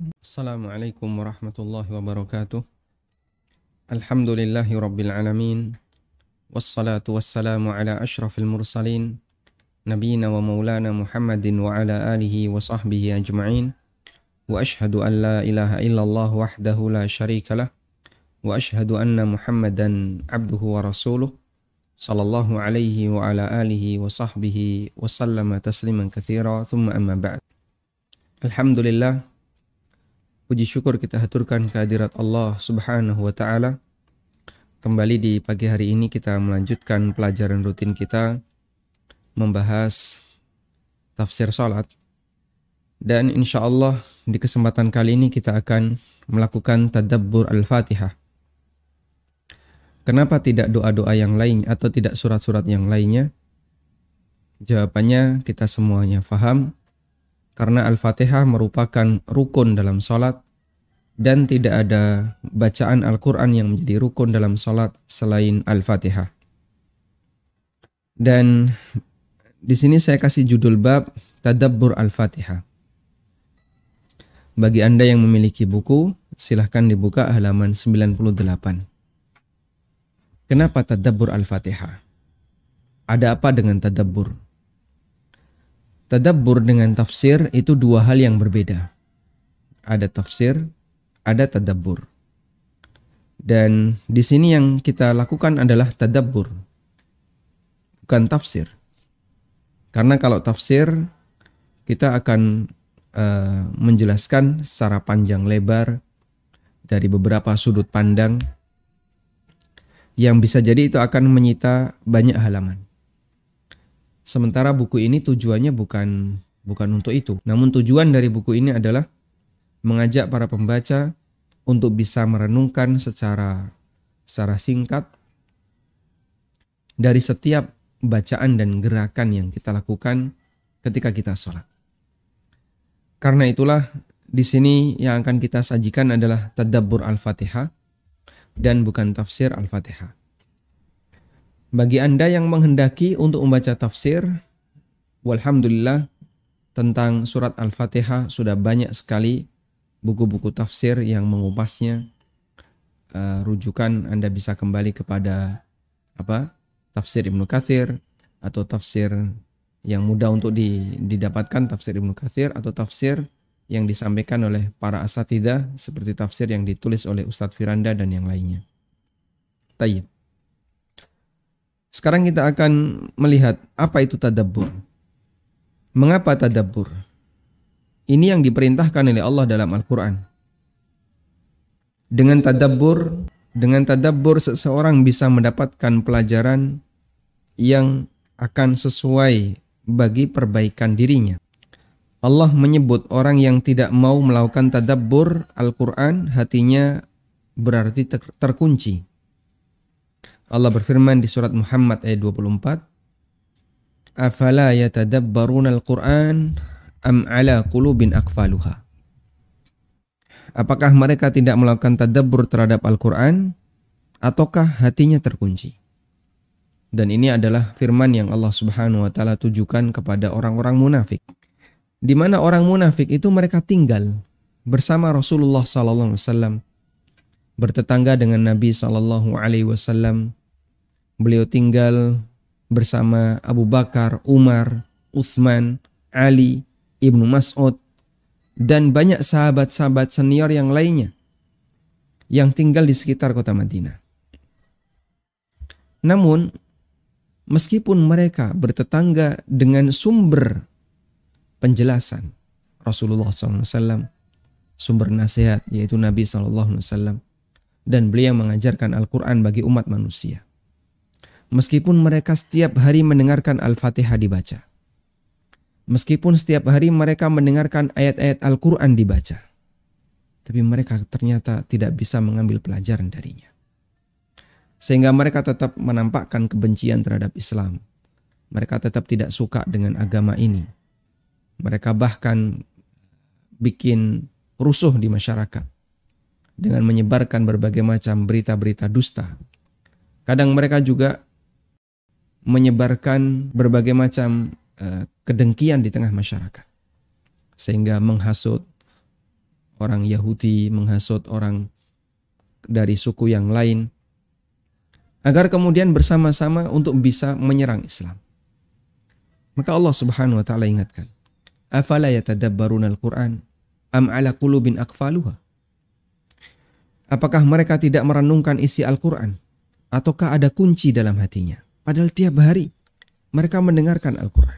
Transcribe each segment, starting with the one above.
Assalamualaikum warahmatullahi wabarakatuh. Alhamdulillahi rabbil alamin. Wassalatu wassalamu ala ashrafil mursalin. Nabiyina wa maulana Muhammadin wa ala alihi wa sahbihi ajma'in. Wa ashhadu an la ilaha illallah wahdahu la syarika lah. Wa ashhadu anna Muhammadan abduhu wa rasuluh. Sallallahu alaihi wa ala alihi wa sahbihi wa sallama tasliman katsira. Thumma amma ba'd. Alhamdulillah, puji syukur kita haturkan kehadirat Allah Subhanahu wa taala. Kembali di pagi hari ini kita melanjutkan pelajaran rutin kita membahas tafsir salat. Dan insyaallah di kesempatan kali ini kita akan melakukan tadabbur Al-Fatihah. Kenapa tidak doa-doa yang lain atau tidak surat-surat yang lainnya? Jawabannya kita semuanya faham. Karena Al-Fatihah merupakan rukun dalam salat dan tidak ada bacaan Al-Quran yang menjadi rukun dalam salat selain Al-Fatihah. Dan di sini saya kasih judul bab Tadabbur Al-Fatihah. Bagi Anda yang memiliki buku, silahkan dibuka halaman 98. Kenapa Tadabbur Al-Fatihah? Ada apa dengan Tadabbur? Tadabbur dengan tafsir itu dua hal yang berbeda. Ada tafsir, ada tadabbur. Dan di sini yang kita lakukan adalah tadabbur, bukan tafsir. Karena kalau tafsir, kita akan menjelaskan secara panjang lebar dari beberapa sudut pandang yang bisa jadi itu akan menyita banyak halaman. Sementara buku ini tujuannya bukan untuk itu. Namun tujuan dari buku ini adalah mengajak para pembaca untuk bisa merenungkan secara singkat dari setiap bacaan dan gerakan yang kita lakukan ketika kita sholat. Karena itulah di sini yang akan kita sajikan adalah Tadabbur Al-Fatihah dan bukan tafsir Al-Fatihah. Bagi Anda yang menghendaki untuk membaca tafsir, walhamdulillah tentang surat Al-Fatihah sudah banyak sekali buku-buku tafsir yang mengupasnya. Rujukan Anda bisa kembali kepada tafsir Ibnu Katsir atau tafsir yang mudah untuk didapatkan, tafsir Ibnu Katsir atau tafsir yang disampaikan oleh para asatidzah seperti tafsir yang ditulis oleh Ustadz Firanda dan yang lainnya. Tayyib. Sekarang kita akan melihat apa itu tadabbur. Mengapa tadabbur? Ini yang diperintahkan oleh Allah dalam Al-Quran. Dengan tadabbur seseorang bisa mendapatkan pelajaran yang akan sesuai bagi perbaikan dirinya. Allah menyebut orang yang tidak mau melakukan tadabbur Al-Quran, hatinya berarti terkunci. Allah berfirman di surat Muhammad ayat 24, Afala yatadabbaruna al-Qur'an am ala qulubin aqfaluha. Apakah mereka tidak melakukan tadabbur terhadap Al-Quran ataukah hatinya terkunci? Dan ini adalah firman yang Allah Subhanahu wa taala tujukan kepada orang-orang munafik. Di mana orang munafik itu mereka tinggal bersama Rasulullah sallallahu alaihi wasallam, bertetangga dengan Nabi sallallahu alaihi wasallam. Beliau tinggal bersama Abu Bakar, Umar, Utsman, Ali, Ibnu Mas'ud, dan banyak sahabat-sahabat senior yang lainnya yang tinggal di sekitar kota Madinah. Namun, meskipun mereka bertetangga dengan sumber penjelasan Rasulullah SAW, sumber nasihat yaitu Nabi SAW, dan beliau mengajarkan Al-Quran bagi umat manusia. Meskipun mereka setiap hari mendengarkan Al-Fatihah dibaca, meskipun setiap hari mereka mendengarkan ayat-ayat Al-Quran dibaca, tapi mereka ternyata tidak bisa mengambil pelajaran darinya. Sehingga mereka tetap menampakkan kebencian terhadap Islam. Mereka tetap tidak suka dengan agama ini. Mereka bahkan bikin rusuh di masyarakat dengan menyebarkan berbagai macam berita-berita dusta. Kadang mereka juga menyebarkan berbagai macam kedengkian di tengah masyarakat, sehingga menghasut orang Yahudi, menghasut orang dari suku yang lain, agar kemudian bersama-sama untuk bisa menyerang Islam. Maka Allah Subhanahu wa taala ingatkan, afala yatadabbaruna al-Qur'an am ala qulubin aqfaluha? Apakah mereka tidak merenungkan isi Al-Qur'an ataukah ada kunci dalam hatinya? Padahal tiap hari mereka mendengarkan Al-Qur'an.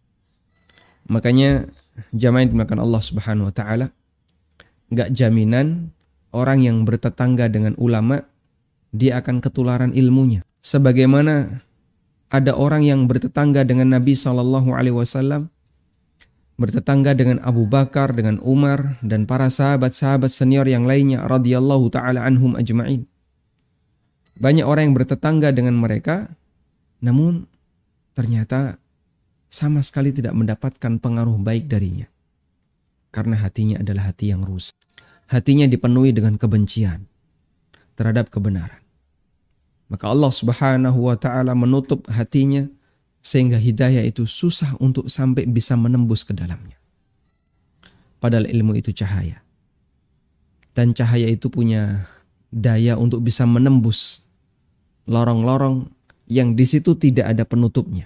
Makanya jamaah yang dimakan Allah Subhanahu wa taala, enggak jaminan orang yang bertetangga dengan ulama dia akan ketularan ilmunya. Sebagaimana ada orang yang bertetangga dengan Nabi SAW, bertetangga dengan Abu Bakar, dengan Umar, dan para sahabat-sahabat senior yang lainnya radhiyallahu ta'ala anhum ajma'in. Banyak orang yang bertetangga dengan mereka, namun ternyata sama sekali tidak mendapatkan pengaruh baik darinya. Karena hatinya adalah hati yang rusak. Hatinya dipenuhi dengan kebencian terhadap kebenaran. Maka Allah Subhanahu wa taala menutup hatinya sehingga hidayah itu susah untuk sampai bisa menembus ke dalamnya. Padahal ilmu itu cahaya. Dan cahaya itu punya daya untuk bisa menembus lorong-lorong yang di situ tidak ada penutupnya.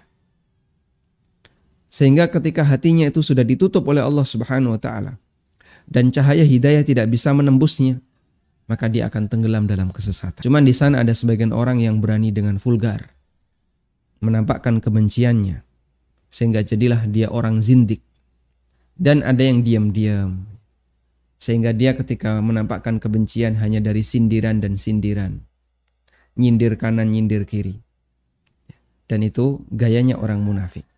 Sehingga ketika hatinya itu sudah ditutup oleh Allah Subhanahu wa taala dan cahaya hidayah tidak bisa menembusnya, maka dia akan tenggelam dalam kesesatan. Cuman di sana ada sebagian orang yang berani dengan vulgar menampakkan kebenciannya sehingga jadilah dia orang zindik. Dan ada yang diam-diam sehingga dia ketika menampakkan kebencian hanya dari sindiran dan sindiran, nyindir kanan nyindir kiri, dan itu gayanya orang munafik.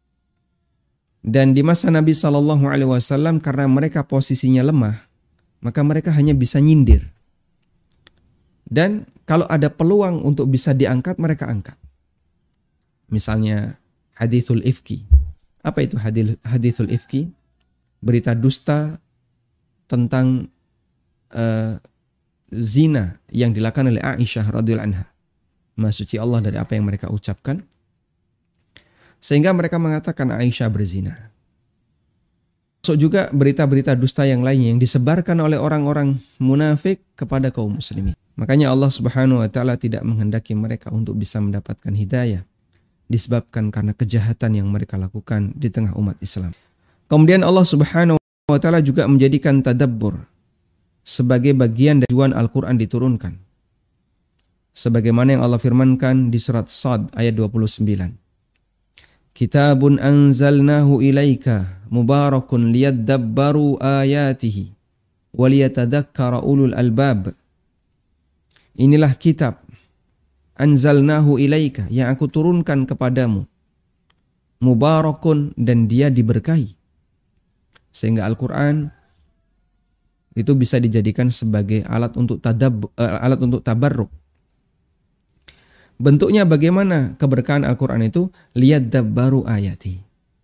Dan di masa Nabi SAW, karena mereka posisinya lemah, maka mereka hanya bisa nyindir. Dan kalau ada peluang untuk bisa diangkat, mereka angkat. Misalnya hadithul ifki. Apa itu hadithul ifki? Berita dusta tentang zina yang dilakukan oleh Aisyah radhiyallahu anha. Maha suci Allah dari apa yang mereka ucapkan. Sehingga mereka mengatakan Aisyah berzina. Masuk juga berita-berita dusta yang lainnya yang disebarkan oleh orang-orang munafik kepada kaum muslimin. Makanya Allah Subhanahu wa taala tidak menghendaki mereka untuk bisa mendapatkan hidayah disebabkan karena kejahatan yang mereka lakukan di tengah umat Islam. Kemudian Allah Subhanahu wa taala juga menjadikan tadabbur sebagai bagian dari tujuan Al-Qur'an diturunkan. Sebagaimana yang Allah firmankan di surat Shad ayat 29. Kitabun anzalnahu ilaika mubarakun liyadabbaru ayatihi waliyatadzakkara ulul albab. Inilah kitab anzalnahu ilaika yang aku turunkan kepadamu, mubarakun, dan dia diberkahi. Sehingga Al-Quran itu bisa dijadikan sebagai alat untuk tabarruk. Bentuknya bagaimana keberkahan Al-Quran itu? Liyadabbaru ayati,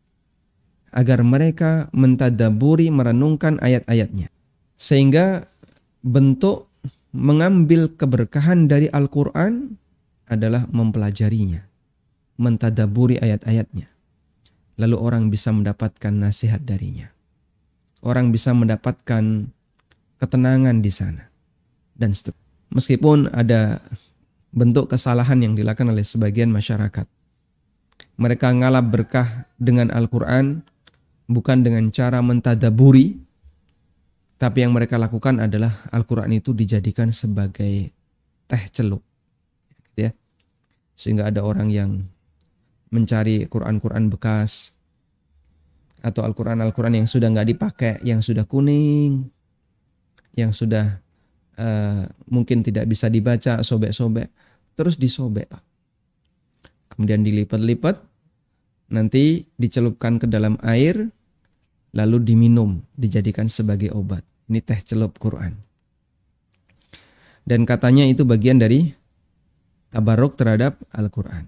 agar mereka mentadaburi, merenungkan ayat-ayatnya. Sehingga bentuk mengambil keberkahan dari Al-Quran adalah mempelajarinya, mentadaburi ayat-ayatnya. Lalu orang bisa mendapatkan nasihat darinya. Orang bisa mendapatkan ketenangan di sana. Dan seterusnya. Meskipun ada bentuk kesalahan yang dilakukan oleh sebagian masyarakat. Mereka ngalap berkah dengan Al-Quran bukan dengan cara mentadaburi, tapi yang mereka lakukan adalah Al-Quran itu dijadikan sebagai teh celup. Ya. Sehingga ada orang yang mencari Quran-Quran bekas atau Al-Quran yang sudah nggak dipakai, yang sudah kuning, yang sudah mungkin tidak bisa dibaca, sobek-sobek, terus disobek, Pak. Kemudian dilipat-lipat, nanti dicelupkan ke dalam air, lalu diminum, dijadikan sebagai obat. Ini teh celup Quran. Dan katanya itu bagian dari tabarruk terhadap Al-Quran.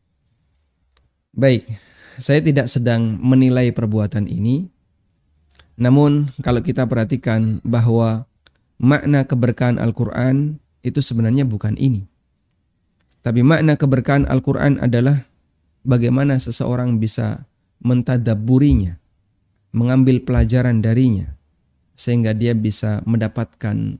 Baik, saya tidak sedang menilai perbuatan ini. Namun kalau kita perhatikan bahwa makna keberkahan Al-Quran itu sebenarnya bukan ini. Tapi makna keberkahan Al-Quran adalah bagaimana seseorang bisa mentadabburinya, mengambil pelajaran darinya, sehingga dia bisa mendapatkan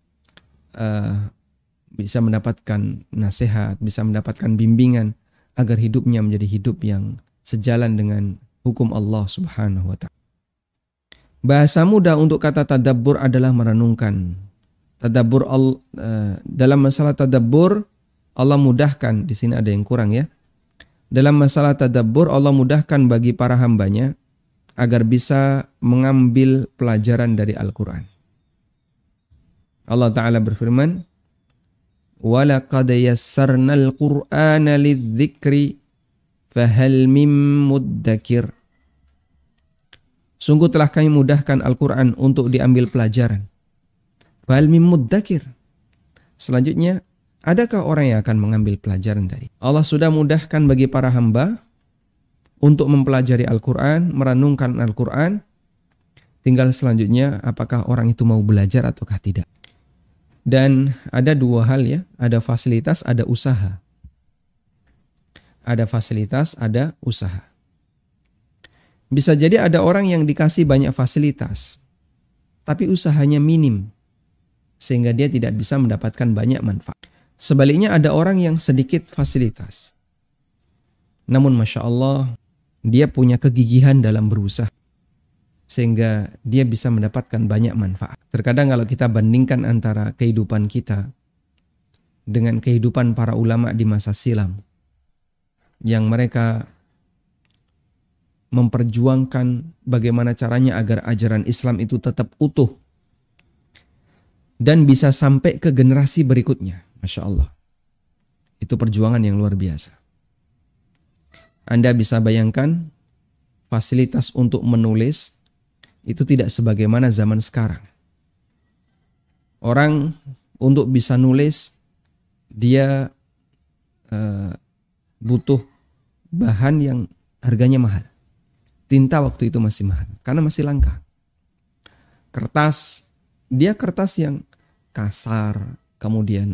nasihat, bisa mendapatkan bimbingan agar hidupnya menjadi hidup yang sejalan dengan hukum Allah Subhanahu wa taala. Bahasa mudah untuk kata tadabbur adalah merenungkan. Dalam masalah tadabbur Allah mudahkan, di sini ada yang kurang ya. Dalam masalah tadabbur Allah mudahkan bagi para hambanya agar bisa mengambil pelajaran dari Al-Quran. Allah Ta'ala berfirman, وَلَقَدْ يَسَّرْنَا الْقُرْآنَ لِلذِّكْرِ فَهَلْ مِن مُدَّكِرٍ. Sungguh telah kami mudahkan Al-Quran untuk diambil pelajaran. فَهَلْ مِن مُدَّكِرٍ. Selanjutnya, adakah orang yang akan mengambil pelajaran dari? Allah sudah mudahkan bagi para hamba untuk mempelajari Al-Quran, merenungkan Al-Quran. Tinggal selanjutnya, apakah orang itu mau belajar ataukah tidak. Dan ada dua hal ya, ada fasilitas, ada usaha. Ada fasilitas, ada usaha. Bisa jadi ada orang yang dikasih banyak fasilitas, tapi usahanya minim, sehingga dia tidak bisa mendapatkan banyak manfaat. Sebaliknya ada orang yang sedikit fasilitas, namun Masya Allah, dia punya kegigihan dalam berusaha, sehingga dia bisa mendapatkan banyak manfaat. Terkadang kalau kita bandingkan antara kehidupan kita dengan kehidupan para ulama di masa silam, yang mereka memperjuangkan bagaimana caranya agar ajaran Islam itu tetap utuh dan bisa sampai ke generasi berikutnya. Masya Allah. Itu perjuangan yang luar biasa. Anda bisa bayangkan fasilitas untuk menulis itu tidak sebagaimana zaman sekarang. Orang untuk bisa nulis, dia butuh bahan yang harganya mahal. Tinta waktu itu masih mahal, karena masih langka. Kertas, dia kertas yang kasar, kemudian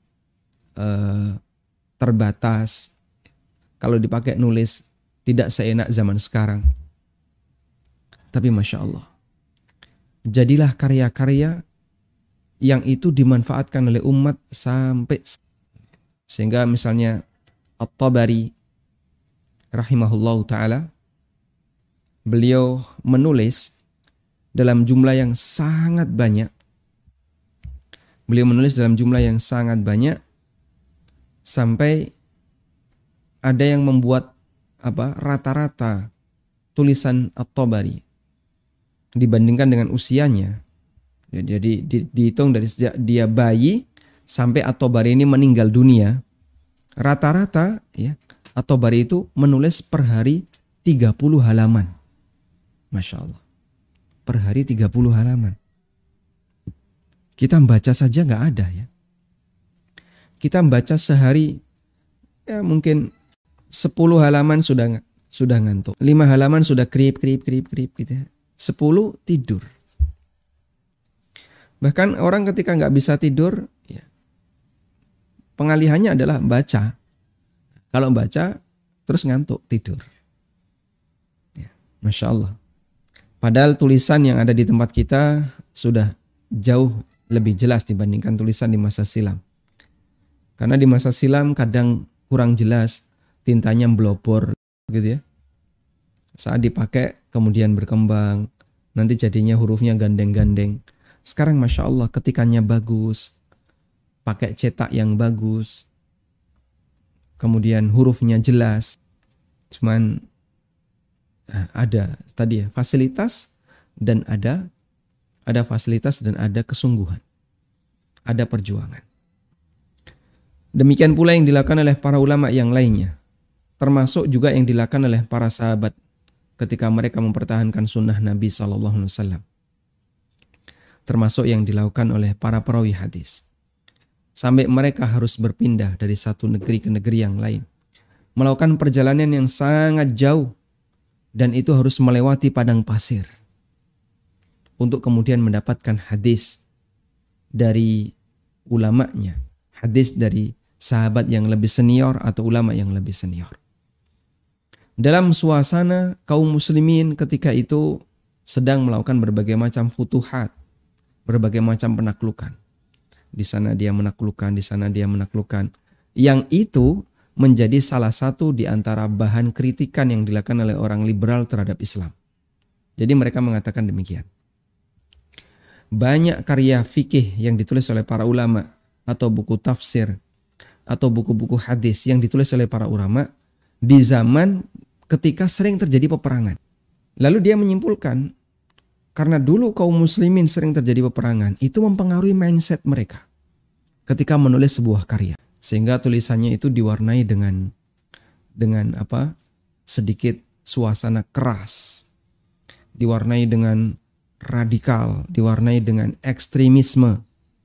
terbatas. Kalau dipakai nulis, tidak seenak zaman sekarang. Tapi Masya Allah, jadilah karya-karya yang itu dimanfaatkan oleh umat sampai sehingga misalnya At-Tabari rahimahullahu ta'ala, beliau menulis dalam jumlah yang sangat banyak. Beliau menulis dalam jumlah yang sangat banyak sampai ada yang membuat rata-rata tulisan At-Tabari dibandingkan dengan usianya. Jadi dihitung dari sejak dia bayi sampai At-Tabari ini meninggal dunia, rata-rata ya At-Tabari itu menulis per hari 30 halaman. Masya Allah. Per hari 30 halaman. Kita membaca saja nggak ada ya. Kita membaca sehari ya mungkin 10 halaman sudah ngantuk. 5 halaman sudah krip gitu ya. 10 tidur. Bahkan orang ketika nggak bisa tidur, ya, pengalihannya adalah baca. Kalau baca terus ngantuk tidur. Ya, Masya Allah. Padahal tulisan yang ada di tempat kita sudah jauh lebih jelas dibandingkan tulisan di masa silam. Karena di masa silam kadang kurang jelas, tintanya blobor gitu ya. Saat dipakai kemudian berkembang, nanti jadinya hurufnya gandeng-gandeng. Sekarang Masya Allah ketikannya bagus, pakai cetak yang bagus, kemudian hurufnya jelas. Cuman ada tadi ya fasilitas dan ada fasilitas dan ada kesungguhan, ada perjuangan. Demikian pula yang dilakukan oleh para ulama yang lainnya, termasuk juga yang dilakukan oleh para sahabat ketika mereka mempertahankan sunnah Nabi SAW. Termasuk yang dilakukan oleh para perawi hadis. Sampai mereka harus berpindah dari satu negeri ke negeri yang lain. Melakukan perjalanan yang sangat jauh. Dan itu harus melewati padang pasir. Untuk kemudian mendapatkan hadis dari ulamanya. Hadis dari sahabat yang lebih senior atau ulama yang lebih senior. Dalam suasana kaum muslimin ketika itu sedang melakukan berbagai macam futuhat, berbagai macam penaklukan. Di sana dia menaklukkan, di sana dia menaklukkan. Yang itu menjadi salah satu di antara bahan kritikan yang dilakukan oleh orang liberal terhadap Islam. Jadi mereka mengatakan demikian. Banyak karya fikih yang ditulis oleh para ulama atau buku tafsir atau buku-buku hadis yang ditulis oleh para ulama di zaman ketika sering terjadi peperangan. Lalu dia menyimpulkan, karena dulu kaum muslimin sering terjadi peperangan, itu mempengaruhi mindset mereka ketika menulis sebuah karya. Sehingga tulisannya itu diwarnai dengan sedikit suasana keras, diwarnai dengan radikal, diwarnai dengan ekstremisme.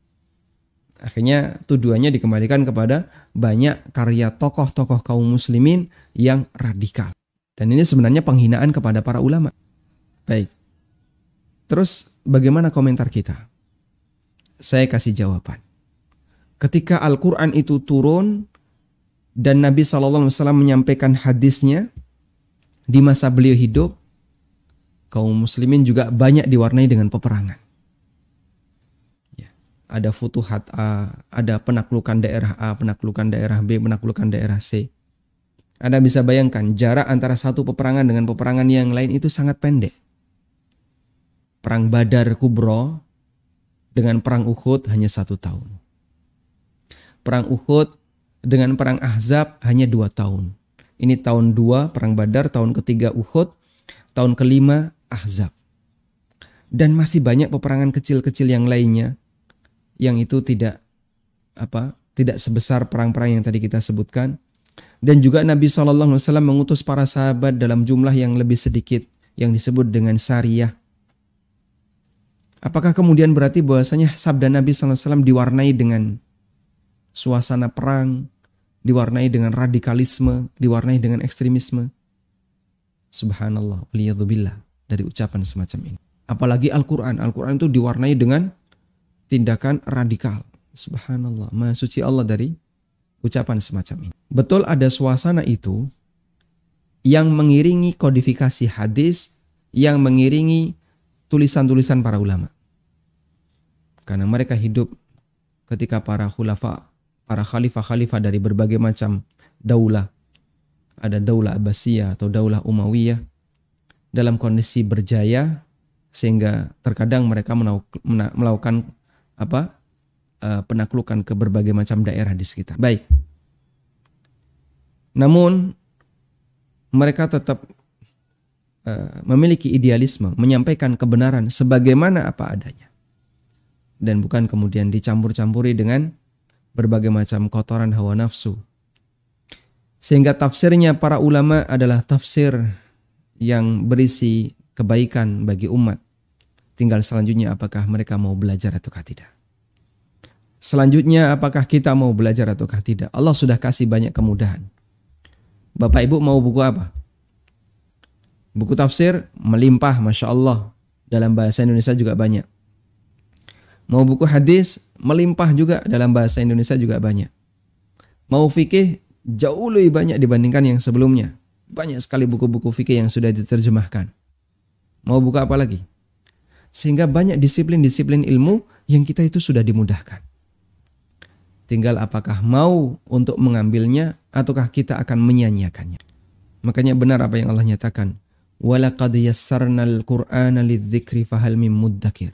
Akhirnya tuduhannya dikembalikan kepada banyak karya tokoh-tokoh kaum muslimin yang radikal. Dan ini sebenarnya penghinaan kepada para ulama. Baik. Terus bagaimana komentar kita? Saya kasih jawaban. Ketika Al-Quran itu turun dan Nabi SAW menyampaikan hadisnya di masa beliau hidup, kaum muslimin juga banyak diwarnai dengan peperangan. Ya, ada futuhat A, ada penaklukan daerah A, penaklukan daerah B, penaklukan daerah C. Anda bisa bayangkan jarak antara satu peperangan dengan peperangan yang lain itu sangat pendek. Perang Badar Kubro dengan perang Uhud hanya 1 tahun. Perang Uhud dengan perang Ahzab hanya 2 tahun. Ini tahun 2 perang Badar, tahun ketiga Uhud, tahun kelima Ahzab. Dan masih banyak peperangan kecil-kecil yang lainnya yang itu tidak sebesar perang-perang yang tadi kita sebutkan. Dan juga Nabi SAW mengutus para sahabat dalam jumlah yang lebih sedikit yang disebut dengan sariyah. Apakah kemudian berarti bahwasanya sabda Nabi SAW diwarnai dengan suasana perang, diwarnai dengan radikalisme, diwarnai dengan ekstremisme? Subhanallah, waliyadzubillah, dari ucapan semacam ini. Apalagi Al-Quran. Al-Quran itu diwarnai dengan tindakan radikal. Subhanallah, maha suci Allah dari ucapan semacam ini. Betul ada suasana itu yang mengiringi kodifikasi hadis, yang mengiringi tulisan-tulisan para ulama. Karena mereka hidup ketika para khalifah-khalifah dari berbagai macam daulah, ada daulah Abbasiyah atau daulah Umayyah, dalam kondisi berjaya, sehingga terkadang mereka melakukan penaklukan ke berbagai macam daerah di sekitar. Baik. Namun mereka tetap memiliki idealisme, menyampaikan kebenaran sebagaimana apa adanya. Dan bukan kemudian dicampur-campuri dengan berbagai macam kotoran hawa nafsu. Sehingga tafsirnya para ulama adalah tafsir yang berisi kebaikan bagi umat. Tinggal selanjutnya apakah mereka mau belajar ataukah tidak. Selanjutnya apakah kita mau belajar ataukah tidak. Allah sudah kasih banyak kemudahan. Bapak Ibu mau buku apa? Buku tafsir melimpah, Masya Allah. Dalam bahasa Indonesia juga banyak. Mau buku hadis melimpah juga, dalam bahasa Indonesia juga banyak. Mau fikih jauh lebih banyak dibandingkan yang sebelumnya. Banyak sekali buku-buku fikih yang sudah diterjemahkan. Mau buka apa lagi? Sehingga banyak disiplin-disiplin ilmu yang kita itu sudah dimudahkan. Tinggal apakah mau untuk mengambilnya ataukah kita akan menyia-nyiakannya. Makanya benar apa yang Allah nyatakan. وَلَقَدْ يَسَّرْنَا الْقُرْآنَ لِلذِّكْرِ فَهَلْ مِن مُدَّكِرٍ.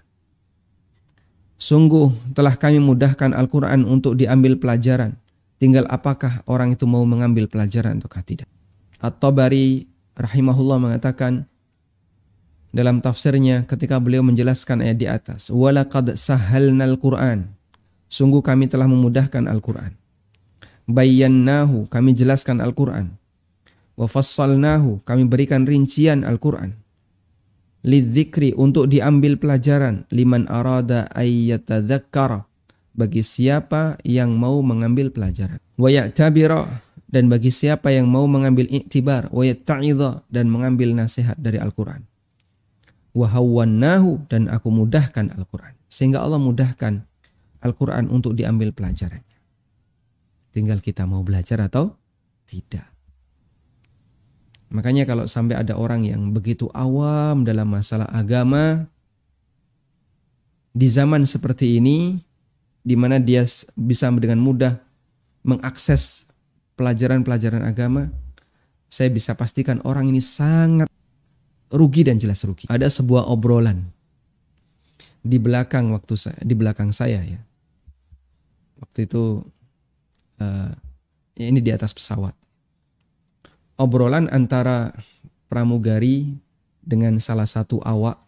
Sungguh telah kami mudahkan Al-Quran untuk diambil pelajaran. Tinggal apakah orang itu mau mengambil pelajaran ataukah tidak. At-Tabari rahimahullah mengatakan dalam tafsirnya ketika beliau menjelaskan ayat di atas. وَلَقَدْ سَهَّلْنَا الْقُرْآنَ. Sungguh kami telah memudahkan Al-Quran. Bayyannahu, kami jelaskan Al-Quran. Wa fassalnahu, kami berikan rincian Al-Quran. Lidzikri, untuk diambil pelajaran. Liman arada ayyatadzakkara, bagi siapa yang mau mengambil pelajaran. Wa ya'tabira, dan bagi siapa yang mau mengambil iktibar. Wa yatta'idha, dan mengambil nasihat dari Al-Quran. Wa hawwannahu, dan aku mudahkan Al-Quran. Sehingga Allah mudahkan Al-Quran untuk diambil pelajarannya. Tinggal kita mau belajar atau tidak. Makanya kalau sampai ada orang yang begitu awam dalam masalah agama, di zaman seperti ini, di mana dia bisa dengan mudah mengakses pelajaran-pelajaran agama, saya bisa pastikan orang ini sangat rugi dan jelas rugi. Ada sebuah obrolan di belakang saya ya. Waktu itu ini di atas pesawat. Obrolan antara pramugari dengan salah satu awak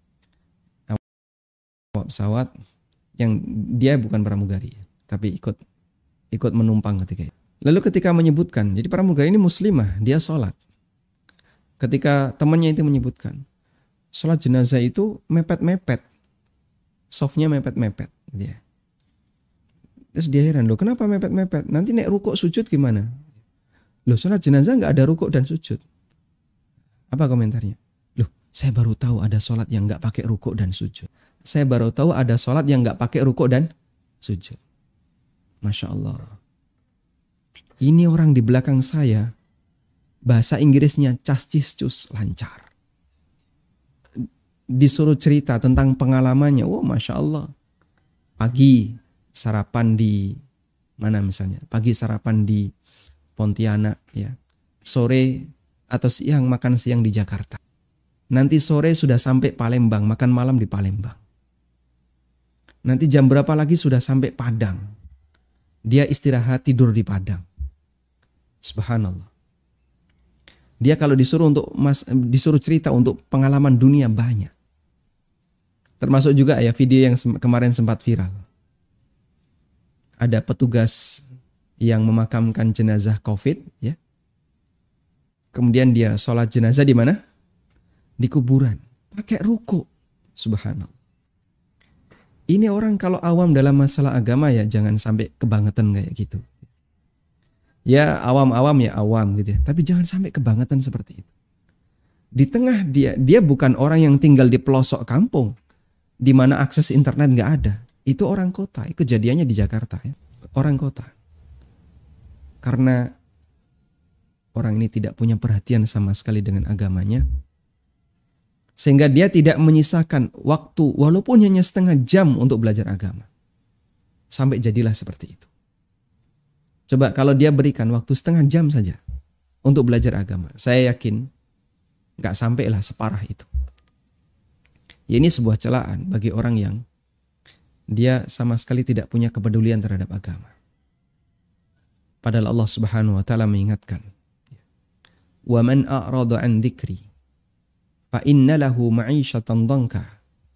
pesawat yang dia bukan pramugari tapi ikut menumpang ketika itu. Lalu ketika menyebutkan, jadi pramugari ini muslimah, dia sholat. Ketika temannya itu menyebutkan, sholat jenazah itu mepet-mepet, softnya mepet-mepet. Gitu ya. Terus dia heran, loh kenapa mepet-mepet? Nanti nek rukuk sujud gimana? Loh sholat jenazah nggak ada rukuk dan sujud. Apa komentarnya? Loh saya baru tahu ada sholat yang nggak pakai rukuk dan sujud. Saya baru tahu ada sholat yang nggak pakai rukuk dan sujud. Masya Allah. Ini orang di belakang saya, bahasa Inggrisnya cas-cis-cus, lancar. Disuruh cerita tentang pengalamannya, oh Masya Allah. Pagi sarapan di mana misalnya? Pagi sarapan di Pontianak, ya. Sore atau siang makan siang di Jakarta. Nanti sore sudah sampai Palembang, makan malam di Palembang. Nanti jam berapa lagi sudah sampai Padang. Dia istirahat tidur di Padang. Subhanallah. Dia kalau disuruh cerita untuk pengalaman dunia banyak. Termasuk juga ya video yang kemarin sempat viral. Ada petugas yang memakamkan jenazah COVID, ya. Kemudian dia sholat jenazah di mana? Di kuburan. Pakai ruku. Subhanallah. Ini orang kalau awam dalam masalah agama ya jangan sampai kebangetan kayak gitu. Ya awam-awam ya awam gitu ya. Tapi jangan sampai kebangetan seperti itu. Di tengah dia bukan orang yang tinggal di pelosok kampung di mana akses internet nggak ada. Itu orang kota. Kejadiannya di Jakarta ya. Orang kota. Karena orang ini tidak punya perhatian sama sekali dengan agamanya. Sehingga dia tidak menyisakan waktu walaupun hanya setengah jam untuk belajar agama. Sampai jadilah seperti itu. Coba kalau dia berikan waktu setengah jam saja untuk belajar agama. Saya yakin gak sampailah separah itu. Ya, ini sebuah celaan bagi orang yang dia sama sekali tidak punya kepedulian terhadap agama. Padahal Allah Subhanahu wa taala mengingatkan, "Wa man a'rada 'an dzikri fa inna lahu ma'isyatan dhanka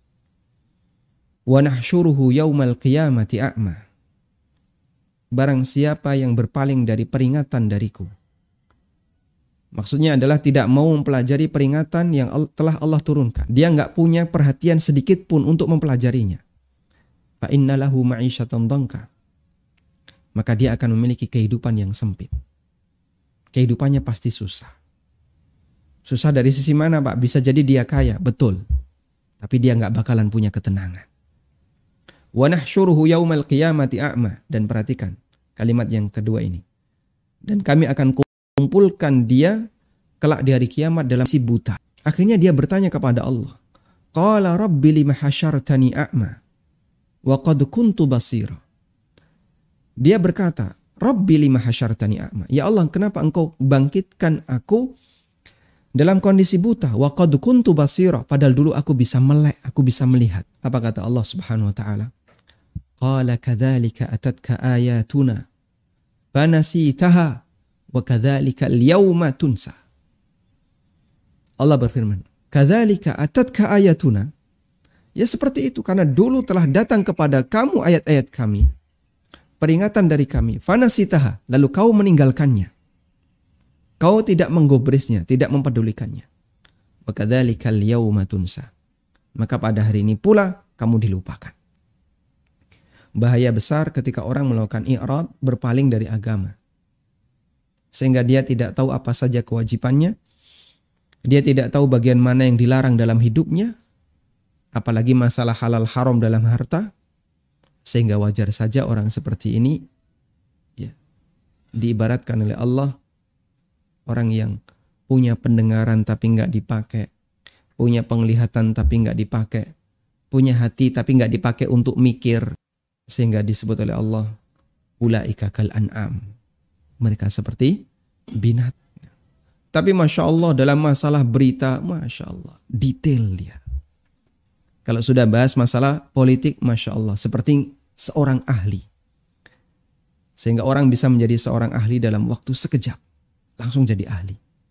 wa nahsyuruhu yaumal qiyamati a'ma." Barang siapa yang berpaling dari peringatan dariku. Maksudnya adalah tidak mau mempelajari peringatan yang telah Allah turunkan. Dia enggak punya perhatian sedikit pun untuk mempelajarinya. Fa inna lahu ma'isyatan dhanka. Maka dia akan memiliki kehidupan yang sempit. Kehidupannya pasti susah. Susah dari sisi mana, Pak? Bisa jadi dia kaya, betul. Tapi dia nggak bakalan punya ketenangan. Wa nahsyuruhu yaumal qiyamati a'ma. Dan perhatikan kalimat yang kedua ini. Dan kami akan kumpulkan dia kelak di hari kiamat dalam si buta. Akhirnya dia bertanya kepada Allah. Qala rabbi lima hasyartani a'ma wa qad kuntu basira. Dia berkata, Rabbi lima hasyartani a'ma. Ya Allah, kenapa engkau bangkitkan aku dalam kondisi buta? Wa qad kuntu basira. Padahal dulu aku bisa melek, aku bisa melihat. Apa kata Allah Subhanahu wa taala? Qala kadzalika atatka ayatuna fanasitaha wa kadzalika al-yauma tunsa. Allah berfirman, kadzalika atatka ayatuna. Ya seperti itu, karena dulu telah datang kepada kamu ayat-ayat kami, peringatan dari kami, fanasitaha, lalu kau meninggalkannya. Kau tidak menggubrisnya, tidak mempedulikannya. Wa kadzalika al-yauma tunsa. Maka pada hari ini pula kamu dilupakan. Bahaya besar ketika orang melakukan i'rad, berpaling dari agama. Sehingga dia tidak tahu apa saja kewajibannya. Dia tidak tahu bagian mana yang dilarang dalam hidupnya. Apalagi masalah halal haram dalam harta. Sehingga wajar saja orang seperti ini ya, diibaratkan oleh Allah orang yang punya pendengaran tapi nggak dipakai, punya penglihatan tapi nggak dipakai, punya hati tapi nggak dipakai untuk mikir, sehingga disebut oleh Allah, ulaika kal an'am. Mereka seperti binatang. Tapi Masya Allah dalam masalah berita, Masya Allah, detail dia. Kalau sudah bahas masalah politik, Masya Allah, seperti seorang ahli. Sehingga orang bisa menjadi seorang ahli dalam waktu sekejap. Langsung jadi ahli.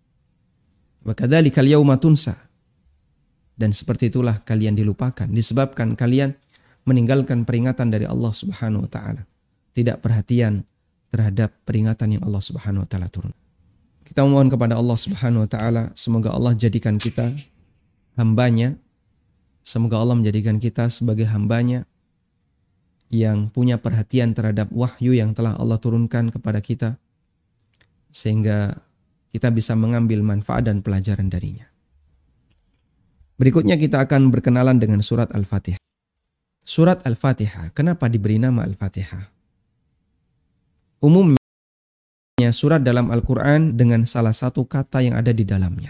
Wa kadzalikal yauma tunsa. Dan seperti itulah kalian dilupakan. Disebabkan kalian meninggalkan peringatan dari Allah Subhanahu wa ta'ala. Tidak perhatian terhadap peringatan yang Allah Subhanahu wa ta'ala turun. Kita memohon kepada Allah Subhanahu wa ta'ala, semoga Allah jadikan kita hambanya. Semoga Allah menjadikan kita sebagai hambanya yang punya perhatian terhadap wahyu yang telah Allah turunkan kepada kita, sehingga kita bisa mengambil manfaat dan pelajaran darinya. Berikutnya kita akan berkenalan dengan surat Al-Fatihah. Surat Al-Fatihah, kenapa diberi nama Al-Fatihah? Umumnya surat dalam Al-Quran dengan salah satu kata yang ada di dalamnya.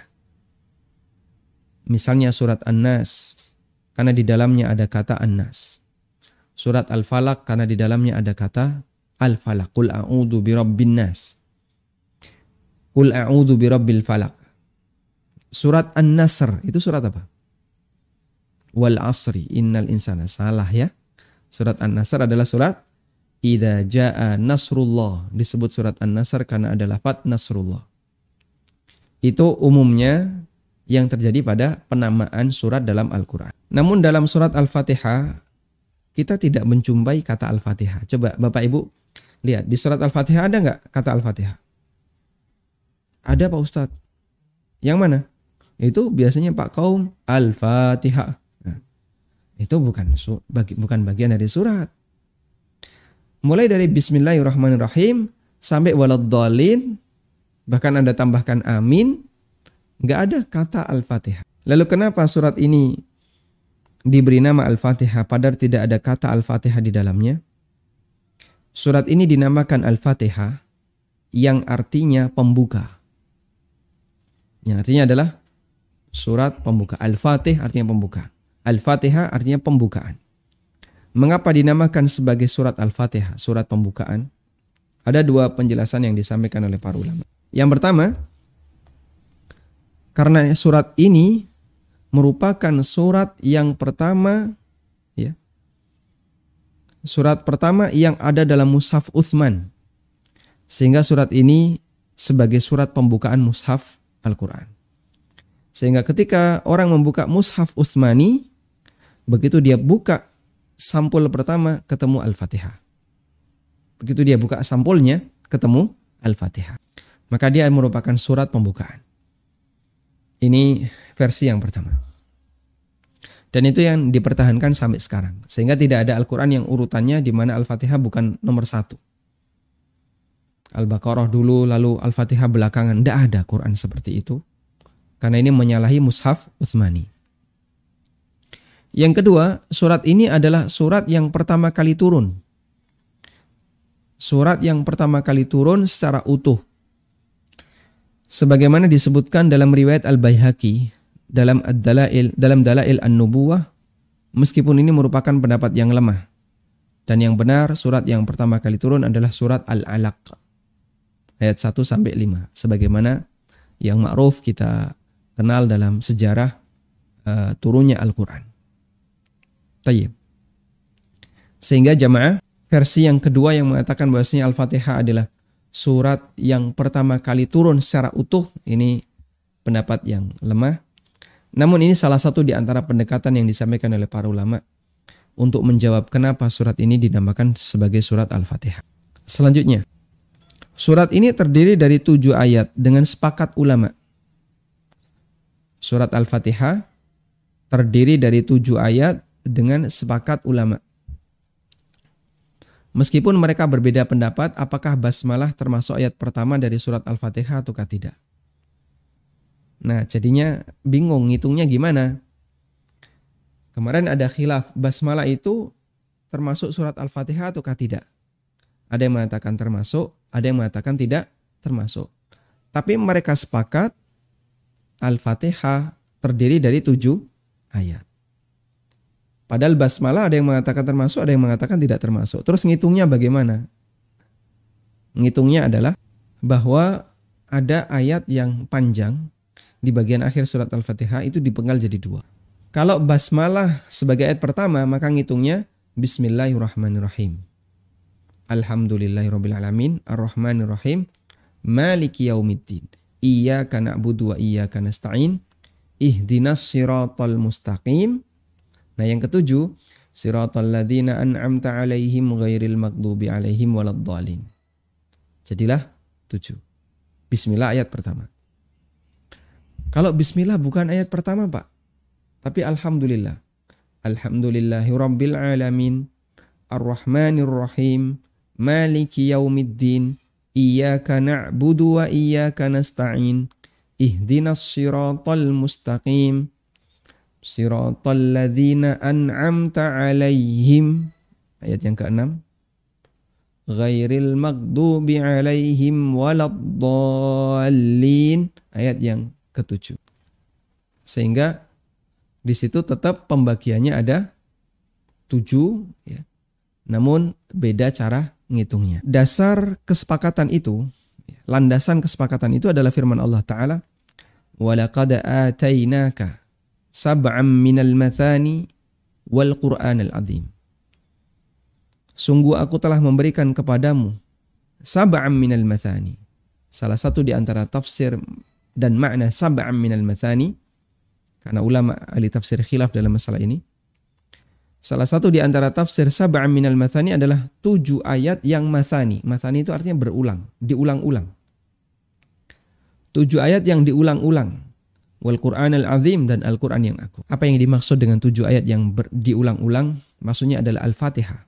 Misalnya surat An-Nas, karena di dalamnya ada kata An-Nas. Surat Al-Falaq, karena di dalamnya ada kata Al-Falaq. Qul a'udzu birabbin nas. Qul a'udzu birabbil falaq. Surat An-Nasr, itu surat apa? Wal asri innal insana, salah ya. Surat An-Nasr adalah surat idza jaa nasrullah. Disebut surat An-Nasr karena ada lafaz nasrullah. Itu umumnya yang terjadi pada penamaan surat dalam Al-Quran. Namun dalam surat Al-Fatihah, kita tidak menjumpai kata Al-Fatihah. Coba Bapak Ibu lihat, di surat Al-Fatihah ada nggak kata Al-Fatihah? Ada Pak Ustadz. Yang mana? Itu biasanya Pak Kaum Al-Fatihah. Nah, itu bukan bagian dari surat. Mulai dari Bismillahirrahmanirrahim sampai Waladdallin, bahkan Anda tambahkan amin, nggak ada kata Al-Fatihah. Lalu kenapa surat ini diberi nama Al-Fatihah padahal tidak ada kata Al-Fatihah di dalamnya? Surat ini dinamakan Al-Fatihah yang artinya pembuka. Yang artinya adalah surat pembuka. Al-Fatih artinya pembuka. Al-Fatihah artinya pembukaan. Mengapa dinamakan sebagai surat Al-Fatihah, surat pembukaan? Ada dua penjelasan yang disampaikan oleh para ulama. Yang pertama, karena surat ini merupakan surat yang pertama, ya, surat pertama yang ada dalam mushaf Utsman. Sehingga surat ini sebagai surat pembukaan mushaf Al-Quran. Sehingga ketika orang membuka mushaf Utsmani, begitu dia buka sampul pertama, ketemu Al-Fatihah. Begitu dia buka sampulnya, ketemu Al-Fatihah. Maka dia merupakan surat pembukaan. Ini versi yang pertama. Dan itu yang dipertahankan sampai sekarang. Sehingga tidak ada Al-Quran yang urutannya di mana Al-Fatihah bukan nomor 1. Al-Baqarah dulu, lalu Al-Fatihah belakangan. Tidak ada Quran seperti itu. Karena ini menyalahi mushaf Utsmani. Yang kedua, surat ini adalah surat yang pertama kali turun. Surat yang pertama kali turun secara utuh. Sebagaimana disebutkan dalam riwayat Al-Baihaqi dalam Dalail An-Nubuwah, meskipun ini merupakan pendapat yang lemah. Dan yang benar, surat yang pertama kali turun adalah surat Al-Alaq ayat 1 sampai 5, sebagaimana yang ma'ruf kita kenal dalam sejarah turunnya Al-Qur'an. Tayyib. Sehingga jamaah, versi yang kedua yang mengatakan bahwasanya Al-Fatihah adalah surat yang pertama kali turun secara utuh, ini pendapat yang lemah. Namun ini salah satu di antara pendekatan yang disampaikan oleh para ulama untuk menjawab kenapa surat ini dinamakan sebagai surat Al-Fatihah. Selanjutnya, surat ini terdiri dari 7 ayat dengan sepakat ulama. Surat Al-Fatihah terdiri dari 7 ayat dengan sepakat ulama. Meskipun mereka berbeda pendapat apakah basmalah termasuk ayat pertama dari surat Al-Fatihah ataukah tidak. Nah, jadinya bingung ngitungnya gimana. Kemarin ada khilaf, basmalah itu termasuk surat Al-Fatihah ataukah tidak. Ada yang mengatakan termasuk, ada yang mengatakan tidak termasuk. Tapi mereka sepakat Al-Fatihah terdiri dari 7 ayat. Padahal basmalah ada yang mengatakan termasuk, ada yang mengatakan tidak termasuk. Terus ngitungnya bagaimana? Ngitungnya adalah bahwa ada ayat yang panjang di bagian akhir surat Al-Fatihah itu dipenggal jadi 2. Kalau basmalah sebagai ayat pertama, maka ngitungnya Bismillahirrahmanirrahim. Alhamdulillahirabbil alamin, arrahmanirrahim, maliki yaumiddin. Iyyaka na'budu wa iyyaka nasta'in. Ihdinas siratal mustaqim. Nah, yang ketujuh, siratal ladzina an'amta 'alaihim ghairil maghdubi 'alaihim waladdallin. Jadilah 7. Bismillah ayat pertama. Kalau bismillah bukan ayat pertama, Pak. Tapi alhamdulillah. Alhamdulillahirabbil alamin, arrahmanir rahim, maliki yaumiddin, iyyaka na'budu wa iyyaka nasta'in, ihdinas siratal mustaqim, siratal ladzina an'amta 'alaihim. Ayat yang ke-6. Ghairil maghdubi 'alaihim waladdallin. Ayat yang ke-7. Sehingga di situ tetap pembagiannya ada 7 ya. Namun beda cara ngitungnya. Dasar kesepakatan itu, landasan kesepakatan itu adalah firman Allah Ta'ala, وَلَقَدْ آتَيْنَاكَ سَبْعًا مِنَ الْمَثَانِ وَالْقُرْآنَ الْعَظِيمِ. Sungguh aku telah memberikan kepadamu sab'an minal mathani. Salah satu di antara tafsir dan makna sab'an minal mathani, karena ulama ahli tafsir khilaf dalam masalah ini. Salah satu di antara tafsir sab'an minal mathani adalah 7 ayat yang mathani. Mathani itu artinya berulang, diulang-ulang. 7 ayat yang diulang-ulang. Wal Qur'anal Azim, dan Al-Quran yang agung. Apa yang dimaksud dengan 7 ayat yang diulang-ulang? Maksudnya adalah Al-Fatihah.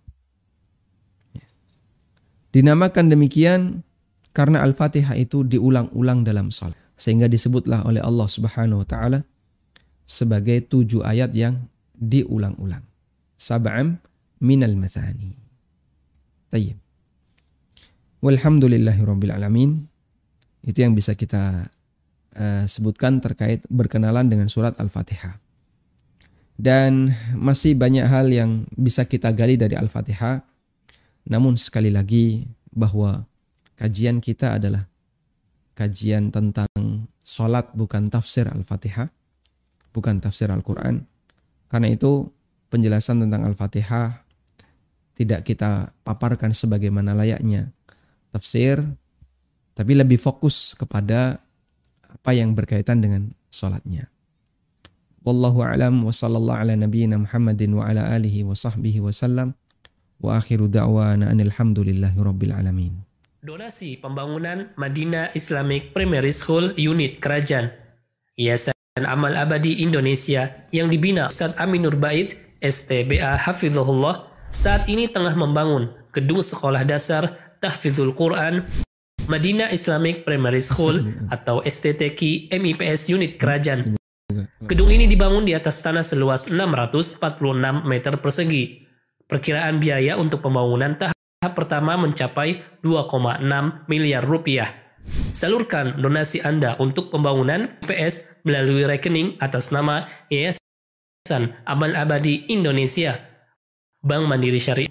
Dinamakan demikian karena Al-Fatihah itu diulang-ulang dalam salat. Sehingga disebutlah oleh Allah Subhanahu wa taala sebagai 7 ayat yang diulang-ulang. Sab'am minal mathani. Tayyib. Walhamdulillahirabbil alamin. Itu yang bisa kita sebutkan terkait berkenalan dengan surat Al-Fatihah. Dan masih banyak hal yang bisa kita gali dari Al-Fatihah. Namun sekali lagi bahwa kajian kita adalah kajian tentang sholat, bukan tafsir Al-Fatihah, bukan tafsir Al-Quran. Karena itu penjelasan tentang Al-Fatihah tidak kita paparkan sebagaimana layaknya tafsir, tapi lebih fokus kepada apa yang berkaitan dengan sholatnya. Wallahu a'lam wa sallallahu ala nabiyyina Muhammadin wa ala alihi wa sahbihi wa sallam. Wa akhiru da'wana alhamdulillahi rabbil alamin. Donasi pembangunan Madinah Islamic Primary School Unit Kerajaan Yayasan Amal Abadi Indonesia yang dibina Ustaz Aminur Bait STBA Hafizahullah saat ini tengah membangun gedung sekolah dasar Tahfizul Quran Madinah Islamic Primary School atau STTQ MIPS Unit Kerajaan. Gedung ini dibangun di atas tanah seluas 646 meter persegi. Perkiraan biaya untuk pembangunan tahap pertama mencapai 2,6 miliar rupiah. Salurkan donasi Anda untuk pembangunan IPS melalui rekening atas nama Yayasan Amal Abadi Indonesia. Bank Mandiri Syariah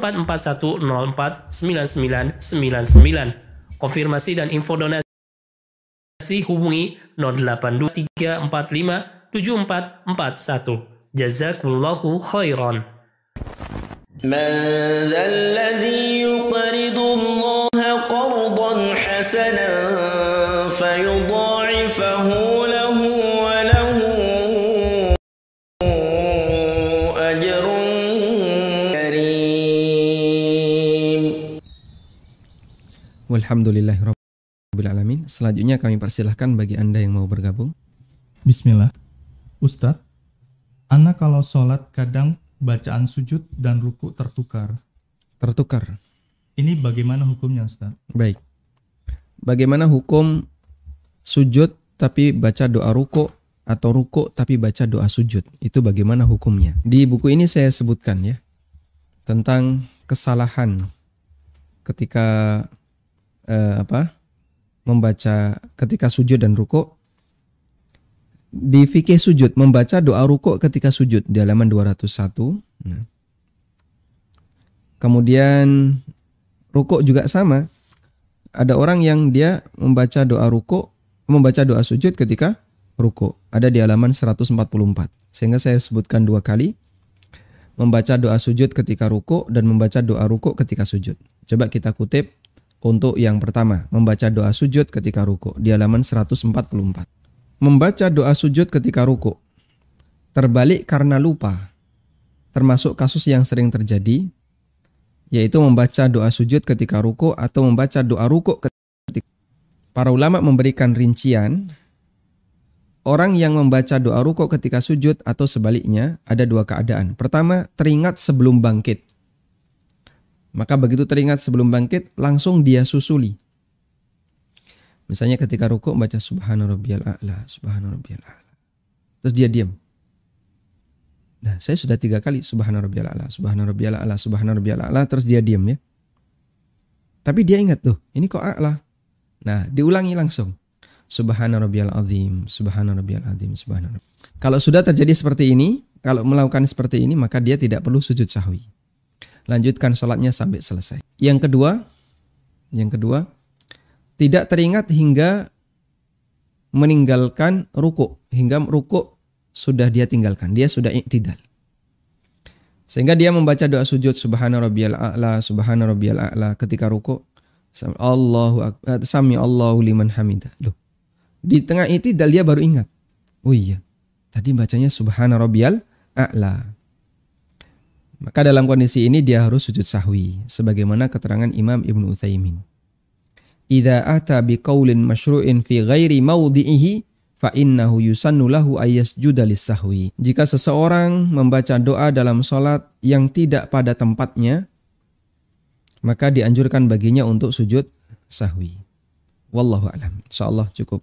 7441049999. Konfirmasi dan info donasi hubungi 0823457441. Jazakumullahu khairan. من ذا الذي يقرض الله قرضا حسنا فيضاعفه له وله أجر كريم. Walhamdulillahirabbil alamin. Selanjutnya kami persilahkan bagi Anda yang mau bergabung. Bismillah. Ustadz, ana kalau sholat kadang bacaan sujud dan ruku tertukar. Ini bagaimana hukumnya, Ustaz? Baik. Bagaimana hukum sujud tapi baca doa ruku atau ruku tapi baca doa sujud? Itu bagaimana hukumnya? Di buku ini saya sebutkan ya tentang kesalahan ketika membaca ketika sujud dan ruku. di fikih sujud membaca doa rukuk ketika sujud di halaman 201. Nah. Kemudian rukuk juga sama. Ada orang yang dia membaca doa rukuk, membaca doa sujud ketika rukuk. Ada di halaman 144. Sehingga saya sebutkan 2 kali. Membaca doa sujud ketika rukuk dan membaca doa rukuk ketika sujud. Coba kita kutip untuk yang pertama, membaca doa sujud ketika rukuk di halaman 144. Membaca doa sujud ketika rukuk terbalik karena lupa, termasuk kasus yang sering terjadi, yaitu membaca doa sujud ketika rukuk atau membaca doa rukuk ketika. Para ulama memberikan rincian. Orang yang membaca doa rukuk ketika sujud atau sebaliknya ada 2 keadaan. Pertama, teringat sebelum bangkit. Maka begitu teringat sebelum bangkit, langsung dia susuli. Misalnya ketika rukuk baca subhana rabbiyal a'la, subhana rabbiyal a'la. Terus dia diam. Nah, saya sudah 3 kali subhana rabbiyal a'la, subhana rabbiyal a'la, subhana rabbiyal a'la, terus dia diam ya. Tapi dia ingat tuh, ini kok a'la. Nah, diulangi langsung. Subhana rabbiyal azim, subhana rabbiyal azim, subhana rabbiyal. Kalau sudah terjadi seperti ini, kalau melakukan seperti ini, maka dia tidak perlu sujud sahwi. Lanjutkan sholatnya sampai selesai. Yang kedua, tidak teringat hingga meninggalkan rukuk, hingga rukuk sudah dia tinggalkan, dia sudah i'tidal. Sehingga dia membaca doa sujud subhana rabbiyal a'la, subhana rabbiyal a'la ketika rukuk. Allahu akbar, sami Allahu liman hamidah. Loh. Di tengah i'tidal dia baru ingat. Oh iya, tadi bacanya subhana rabbiyal a'la. Maka dalam kondisi ini dia harus sujud sahwi sebagaimana keterangan Imam Ibnu Utsaimin. Idza ata biqaulin masyru'in fi ghairi mawdi'ihi fa innahu yusannu lahu ayyasjuda lis-sahwi. Jika seseorang membaca doa dalam salat yang tidak pada tempatnya, maka dianjurkan baginya untuk sujud sahwi. Wallahu a'lam. Insyaallah cukup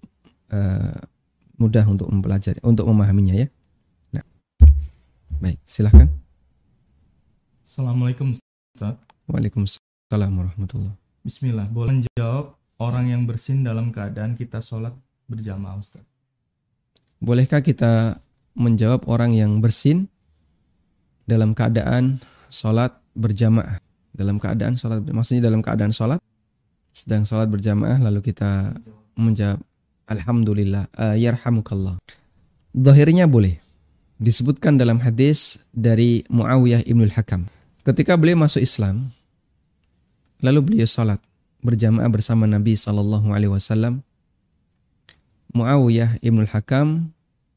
mudah untuk mempelajari, untuk memahaminya ya. Nah. Baik, silakan. Assalamualaikum Ustaz. Waalaikumsalam warahmatullahi. Bismillah, boleh jawab orang yang bersin dalam keadaan kita sholat berjamaah Ustaz? Bolehkah kita menjawab orang yang bersin dalam keadaan sholat berjamaah? Dalam keadaan sholat, maksudnya dalam keadaan sholat, sedang sholat berjamaah lalu kita menjawab alhamdulillah, yarhamukallah. Zahirnya boleh. Disebutkan dalam hadis dari Muawiyah ibnul Hakam. Ketika beliau masuk Islam, lalu beliau sholat berjamaah bersama Nabi SAW. Muawiyah ibnul Hakam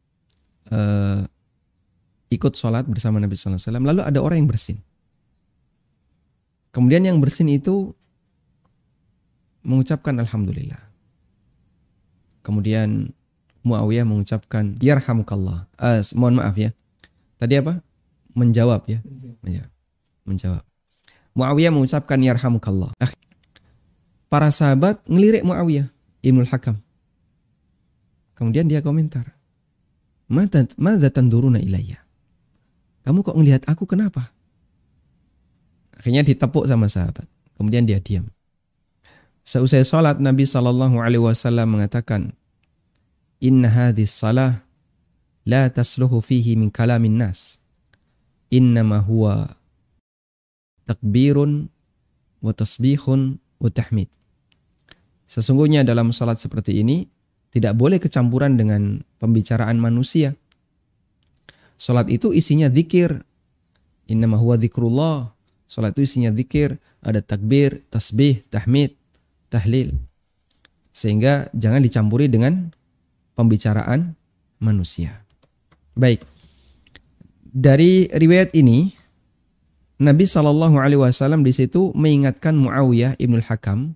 ikut sholat bersama Nabi SAW. Lalu ada orang yang bersin. Kemudian yang bersin itu mengucapkan alhamdulillah. Kemudian Muawiyah mengucapkan yarhamukallah. Mohon maaf ya. Tadi apa? Menjawab ya. Menjawab. Muawiyah mengucapkan yarhamukallah. Para sahabat ngelirik Muawiyah ibnul Hakam. Kemudian dia komentar, "Madza tanduruna ilayya?" Kamu kok ngelihat aku kenapa? Akhirnya ditepuk sama sahabat. Kemudian dia diam. Seusai salat Nabi SAW mengatakan, "Inna hadhis salah la tasluhu fihi min kalamin nas. Innama huwa takbirun wa tasbihun wa tahmid." Sesungguhnya dalam salat seperti ini tidak boleh kecampuran dengan pembicaraan manusia. Salat itu isinya zikir. Innama huwa zikrullah. Salat itu isinya zikir, ada takbir, tasbih, tahmid, tahlil. Sehingga jangan dicampuri dengan pembicaraan manusia. Baik. Dari riwayat ini Nabi SAW di situ mengingatkan Muawiyah ibnul Hakam,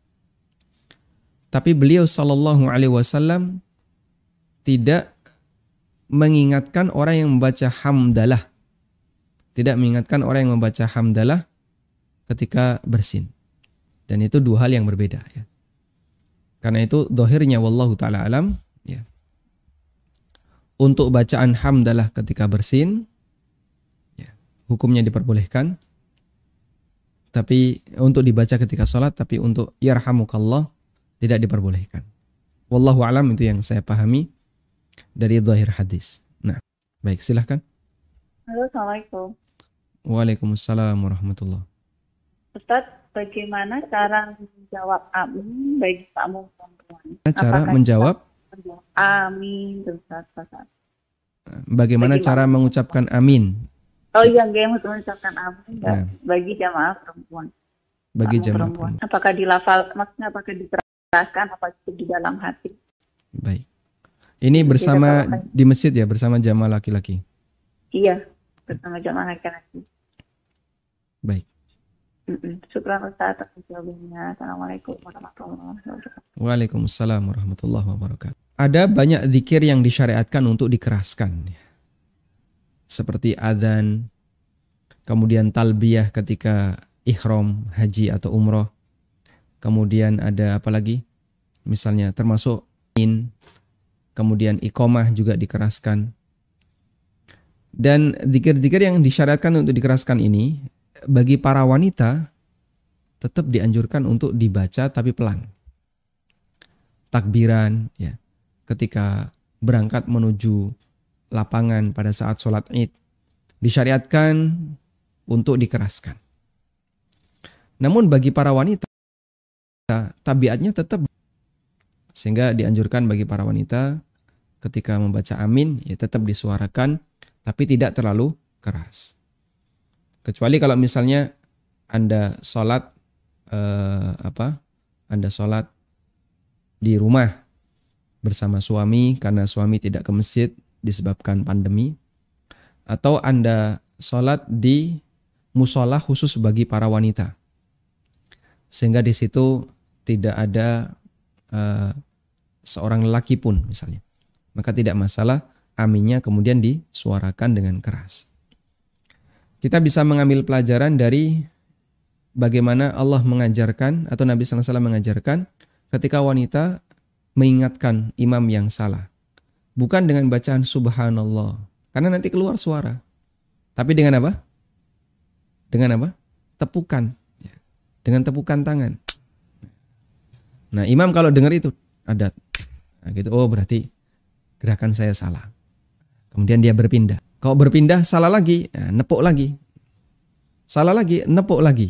tapi beliau SAW tidak mengingatkan orang yang membaca hamdalah. Tidak mengingatkan orang yang membaca hamdalah ketika bersin. Dan itu 2 hal yang berbeda ya. Karena itu zahirnya wallahu taala alam ya. Untuk bacaan hamdalah ketika bersin ya, hukumnya diperbolehkan. Tapi untuk dibaca ketika sholat, tapi untuk yarhamukallah tidak diperbolehkan. Wallahu alam, itu yang saya pahami. dari zahir hadis. Nah, baik, silahkan. Halo, Assalamualaikum. Waalaikumsalam warahmatullahi. Ustadz, bagaimana cara menjawab amin bagi tamu perempuan? Cara Apakah menjawab? kita menjawab amin, Ustadz? Bagaimana cara mengucapkan amin? Oh iya, yang mengucapkan amin Nah. bagi jamaah perempuan. Bagi Tamu jamaah perempuan. perempuan. Apakah dilafal, maksudnya apakah diteraskan, apa itu di dalam hati? Baik. Ini bersama kalau- di masjid ya, bersama jamaah laki-laki. Iya, bersama jamaah laki-laki. Baik. Syukran Ustadz atas jawabannya. Assalamualaikum warahmatullahi wabarakatuh. Waalaikumsalam warahmatullahi wabarakatuh. Ada banyak zikir yang disyariatkan untuk dikeraskan. Seperti adzan, kemudian talbiyah ketika ihram, haji atau umroh. Kemudian ada apa lagi? Misalnya termasuk kemudian iqamah juga dikeraskan. Dan zikir-zikir yang disyariatkan untuk dikeraskan ini bagi para wanita tetap dianjurkan untuk dibaca tapi pelan. Takbiran ya. Ketika berangkat menuju lapangan pada saat sholat Id disyariatkan untuk dikeraskan. Namun bagi para wanita tabiatnya tetap, sehingga dianjurkan bagi para wanita ketika membaca amin ya tetap disuarakan tapi tidak terlalu keras. Kecuali kalau misalnya Anda sholat Anda sholat di rumah bersama suami karena suami tidak ke masjid disebabkan pandemi, atau Anda sholat di musola khusus bagi para wanita sehingga di situ tidak ada seorang lelaki pun misalnya, maka tidak masalah aminnya kemudian disuarakan dengan keras. Kita bisa mengambil pelajaran dari bagaimana Allah mengajarkan atau Nabi SAW mengajarkan ketika wanita mengingatkan imam yang salah. Bukan dengan bacaan subhanallah, karena nanti keluar suara. Tapi dengan apa? Dengan apa? Tepukan. Dengan tepukan tangan. Nah, imam kalau dengar itu adat. Nah, gitu. Oh, berarti gerakan saya salah. Kemudian dia berpindah. Kalau berpindah salah lagi, nepuk lagi. Salah lagi, nepuk lagi.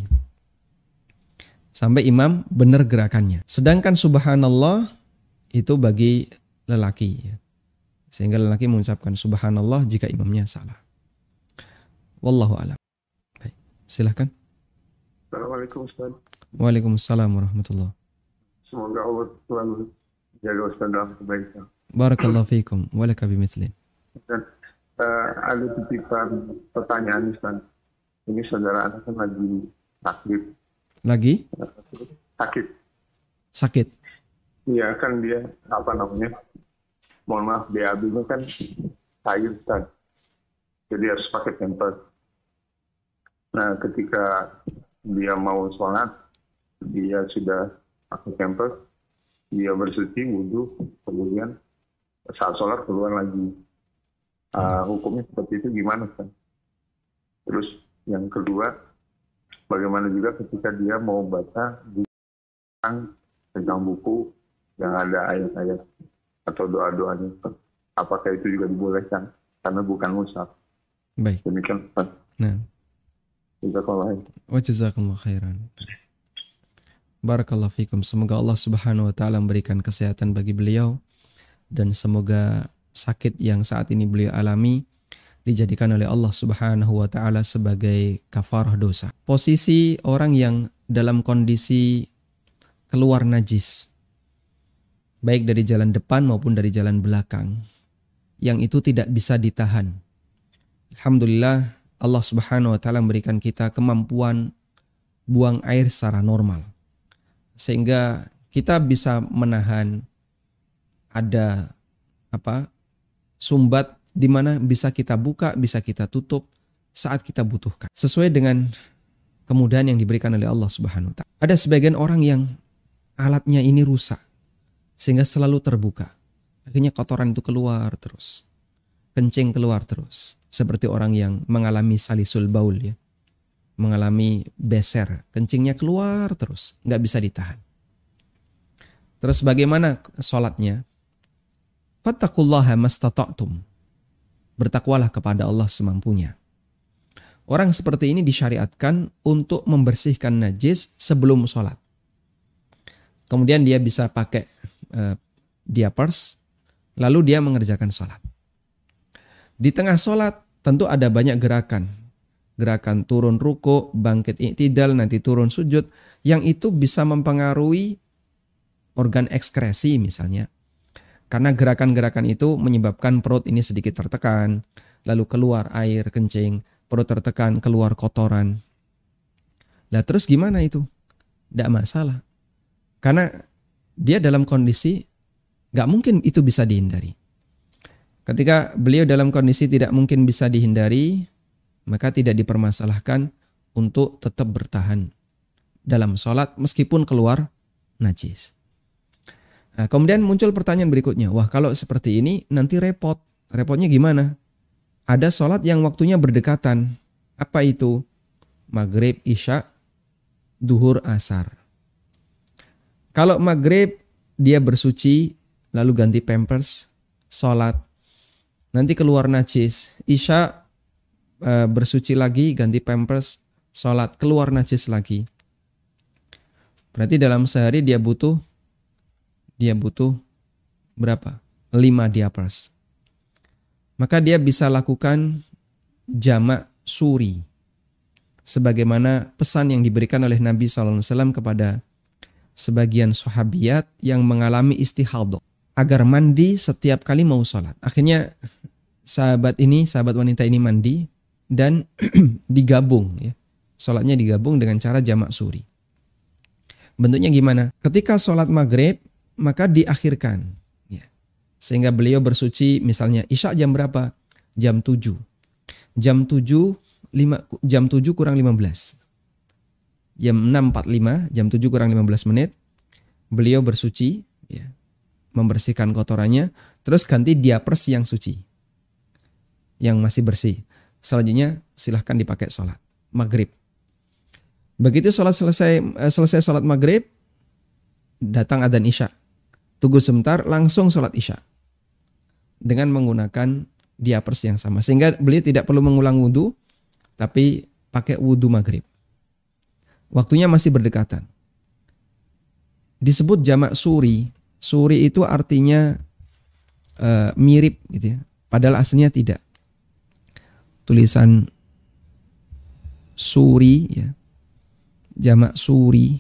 Sampai imam benar gerakannya. Sedangkan subhanallah itu bagi lelaki. Sehingga lelaki mengucapkan subhanallah jika imamnya salah. Wallahu a'lam. Baik, silahkan. Assalamualaikum Ustaz. Waalaikumsalam warahmatullahi. Semoga Allah selalu jaga Ustaz dalam kebaikan. Barakallahu fiikum wa laka bimithlin. Dan ada titipan pertanyaan Ustaz. Ini saudara anak kan lagi sakit. Lagi? Sakit. Sakit. Iya kan dia mohon maaf BAB-nya kan cair Ustaz. Jadi harus pakai pampers. Nah ketika dia mau sholat, dia sudah pakai pampers, dia bersuci, wudhu, kemudian saat sholat keluar lagi. Hukumnya seperti itu gimana Ustaz? Terus yang kedua, bagaimana juga ketika dia mau baca tentang buku yang ada ayat-ayat atau doa-doanya, apakah itu juga dibolehkan? Karena bukan mushaf. Baik. Demikian Ustaz. Nah. Wa jazakallahu khairan. Barakallahu fikum. Semoga Allah Subhanahu wa taala memberikan kesehatan bagi beliau dan semoga sakit yang saat ini beliau alami dijadikan oleh Allah Subhanahu wa taala sebagai kafarah dosa. Posisi orang yang dalam kondisi keluar najis, baik dari jalan depan maupun dari jalan belakang, yang itu tidak bisa ditahan. Alhamdulillah Allah Subhanahu wa taala memberikan kita kemampuan buang air secara normal. Sehingga kita bisa menahan ada sumbat di mana bisa kita buka, bisa kita tutup saat kita butuhkan. Sesuai dengan kemudahan yang diberikan oleh Allah Subhanahu wa taala. Ada sebagian orang yang alatnya ini rusak sehingga selalu terbuka. Akhirnya kotoran itu keluar terus. Kencing keluar terus. Seperti orang yang mengalami salisul baul ya. Mengalami beser. Kencingnya keluar terus. Nggak bisa ditahan. Terus bagaimana sholatnya? Fattaqullaha mastata'tum. Bertakwalah kepada Allah semampunya. Orang seperti ini disyariatkan untuk membersihkan najis sebelum sholat. Kemudian dia bisa pakai diapers, lalu dia mengerjakan sholat. Di tengah sholat tentu ada banyak gerakan. Gerakan turun ruku, bangkit i'tidal, nanti turun sujud. Yang itu bisa mempengaruhi organ ekskresi misalnya. Karena gerakan-gerakan itu menyebabkan perut ini sedikit tertekan. Lalu keluar air kencing, perut tertekan, keluar kotoran. Lah terus gimana itu? Tidak masalah. Karena dia dalam kondisi gak mungkin itu bisa dihindari. Ketika beliau dalam kondisi tidak mungkin bisa dihindari, maka tidak dipermasalahkan untuk tetap bertahan dalam sholat meskipun keluar najis. Nah, kemudian muncul pertanyaan berikutnya. Wah, kalau seperti ini nanti repot. Repotnya gimana? Ada sholat yang waktunya berdekatan. Apa itu? Maghrib, isya, duhur, asar. Kalau maghrib dia bersuci, lalu ganti pampers, sholat. Nanti keluar najis. Isya bersuci lagi, ganti pampers, sholat, keluar najis lagi. Berarti dalam sehari dia butuh berapa? 5 diapers. Maka dia bisa lakukan jamak suri. Sebagaimana pesan yang diberikan oleh Nabi SAW kepada sebagian sahabiat yang mengalami istihadah. Agar mandi setiap kali mau sholat. Akhirnya sahabat wanita ini mandi dan digabung. Ya. Sholatnya digabung dengan cara jamak suri. Bentuknya gimana? Ketika sholat maghrib, maka diakhirkan. Sehingga beliau bersuci misalnya isya jam berapa? Jam 7. Jam 7 kurang 15. Jam 6.45, jam 7 kurang 15 menit. Beliau bersuci, ya, membersihkan kotorannya. Terus ganti diapers yang suci. Yang masih bersih. Selanjutnya silahkan dipakai sholat. Maghrib. Begitu selesai sholat maghrib, datang adzan isya. Tunggu sebentar, langsung sholat isya. Dengan menggunakan diapers yang sama. Sehingga beliau tidak perlu mengulang wudhu, tapi pakai wudhu maghrib. Waktunya masih berdekatan. Disebut jamak suri. Suri itu artinya mirip gitu ya. Padahal aslinya tidak. Tulisan suri ya. Jamak suri.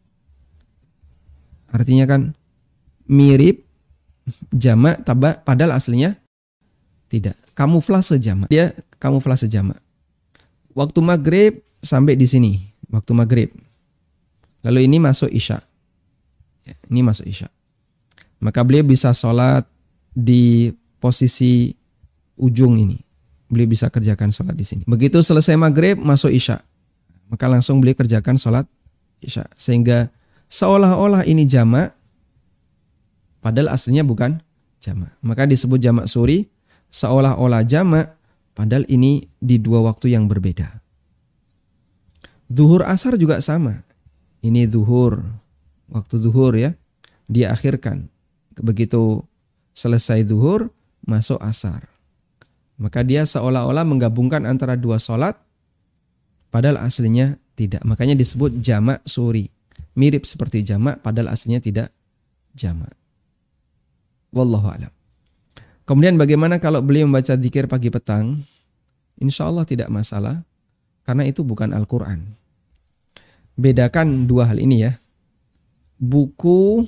Artinya kan mirip jamak padahal aslinya tidak. Kamuflase jamak. Dia kamuflase jamak. Waktu maghrib sampai di sini. Waktu maghrib. Lalu ini masuk isya. Ya, ini masuk isya. Maka beliau bisa sholat di posisi ujung ini. Beliau bisa kerjakan sholat di sini. Begitu selesai maghrib masuk isya. Maka langsung beliau kerjakan sholat isya. Sehingga seolah-olah ini jamak. Padahal aslinya bukan jamak. Maka disebut jamak suri. Seolah-olah jamak. Padahal ini di dua waktu yang berbeda. Zuhur asar juga sama. Ini zuhur. Waktu zuhur ya. Dia akhirkan. Begitu selesai zuhur. Masuk asar. Maka dia seolah-olah menggabungkan antara dua sholat. Padahal aslinya tidak. Makanya disebut jamak suri. Mirip seperti jamak. Padahal aslinya tidak jamak. Wallahu a'lam. Kemudian bagaimana kalau beliau membaca dzikir pagi petang? Insya Allah tidak masalah. Karena itu bukan Al-Quran. Bedakan dua hal ini ya. Buku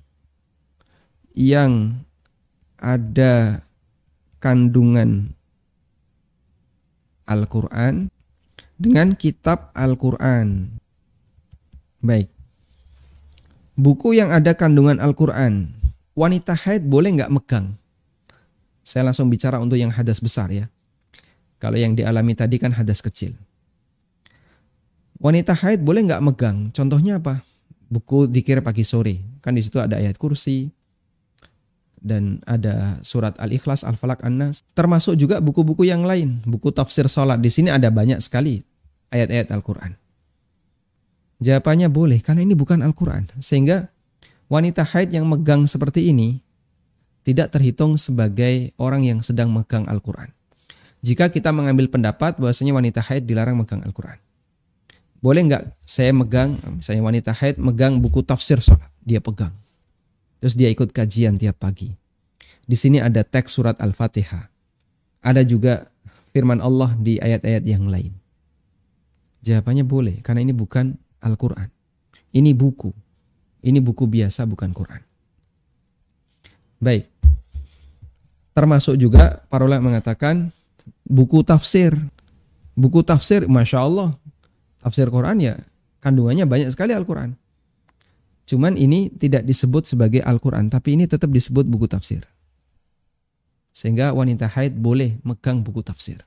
yang ada kandungan Al-Quran dengan kitab Al-Quran. Baik. Buku yang ada kandungan Al-Quran. Wanita haid boleh nggak megang? Saya langsung bicara untuk yang hadas besar ya. Kalau yang dialami tadi kan hadas kecil. Wanita haid boleh nggak megang? Contohnya apa? Buku dzikir pagi sore. Kan di situ ada ayat kursi. Dan ada surat Al-Ikhlas, Al-Falaq, An-Nas. Termasuk juga buku-buku yang lain. Buku tafsir sholat. Di sini ada banyak sekali ayat-ayat Al-Quran. Jawabannya boleh. Karena ini bukan Al-Quran. Sehingga wanita haid yang megang seperti ini. tidak terhitung sebagai orang yang sedang megang Al-Quran. Jika kita mengambil pendapat bahwasanya wanita haid dilarang megang Al-Quran. Boleh nggak saya megang, misalnya wanita haid megang buku tafsir sholat, dia pegang. Terus dia ikut kajian tiap pagi. Di sini ada teks surat Al-Fatihah. Ada juga firman Allah di ayat-ayat yang lain. Jawabannya boleh, karena ini bukan Al-Quran. Ini buku. Ini buku biasa, bukan Quran. Baik. Termasuk juga para ulama mengatakan buku tafsir. Buku tafsir, Masya Allah. Tafsir Quran ya kandungannya banyak sekali Al-Quran. Cuman ini tidak disebut sebagai Al-Quran, tapi ini tetap disebut buku tafsir. Sehingga wanita haid boleh megang buku tafsir.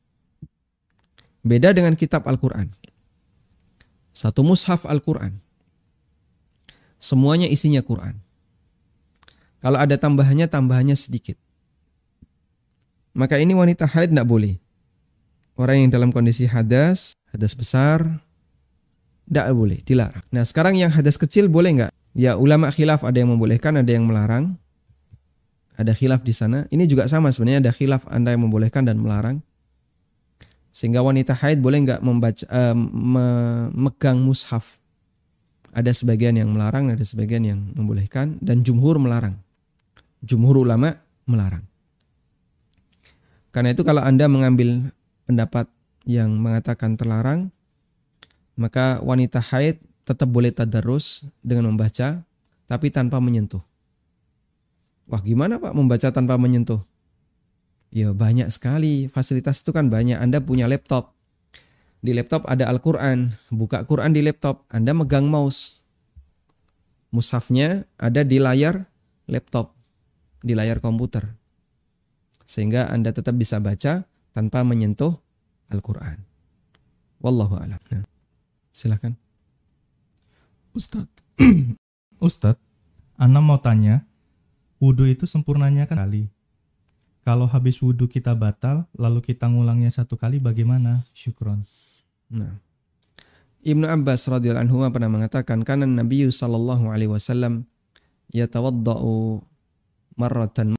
Beda dengan kitab Al-Quran. Satu mushaf Al-Quran. Semuanya isinya Quran. Kalau ada tambahannya sedikit. Maka ini wanita haid tidak boleh. Orang yang dalam kondisi hadas besar, tidak boleh, dilarang. Nah sekarang yang hadas kecil boleh nggak? Ya ulama khilaf, ada yang membolehkan, ada yang melarang. Ada khilaf di sana. Ini juga sama sebenarnya, ada khilaf ada yang membolehkan dan melarang. Sehingga wanita haid boleh nggak memegang mushaf. Ada sebagian yang melarang, ada sebagian yang membolehkan, dan jumhur melarang. Jumhur ulama melarang. Karena itu kalau Anda mengambil pendapat yang mengatakan terlarang, maka wanita haid tetap boleh tadarrus dengan membaca, tapi tanpa menyentuh. Wah gimana Pak membaca tanpa menyentuh? Ya banyak sekali, fasilitas itu kan banyak. Anda punya laptop. Di laptop ada Al-Quran, buka Quran di laptop, Anda megang mouse. Mushafnya ada di layar laptop, di layar komputer. Sehingga Anda tetap bisa baca tanpa menyentuh Al-Quran. Wallahu a'lam. Nah, silakan. Ustadz, Ana mau tanya, wudhu itu sempurnanya kan kali. Kalau habis wudhu kita batal, lalu kita ngulangnya 1 kali bagaimana? Syukron. Nah, Ibnu Abbas radhiyallahu anhu pernah mengatakan, kana Nabi sallallahu alaihi wasallam yatawaddau marrataini.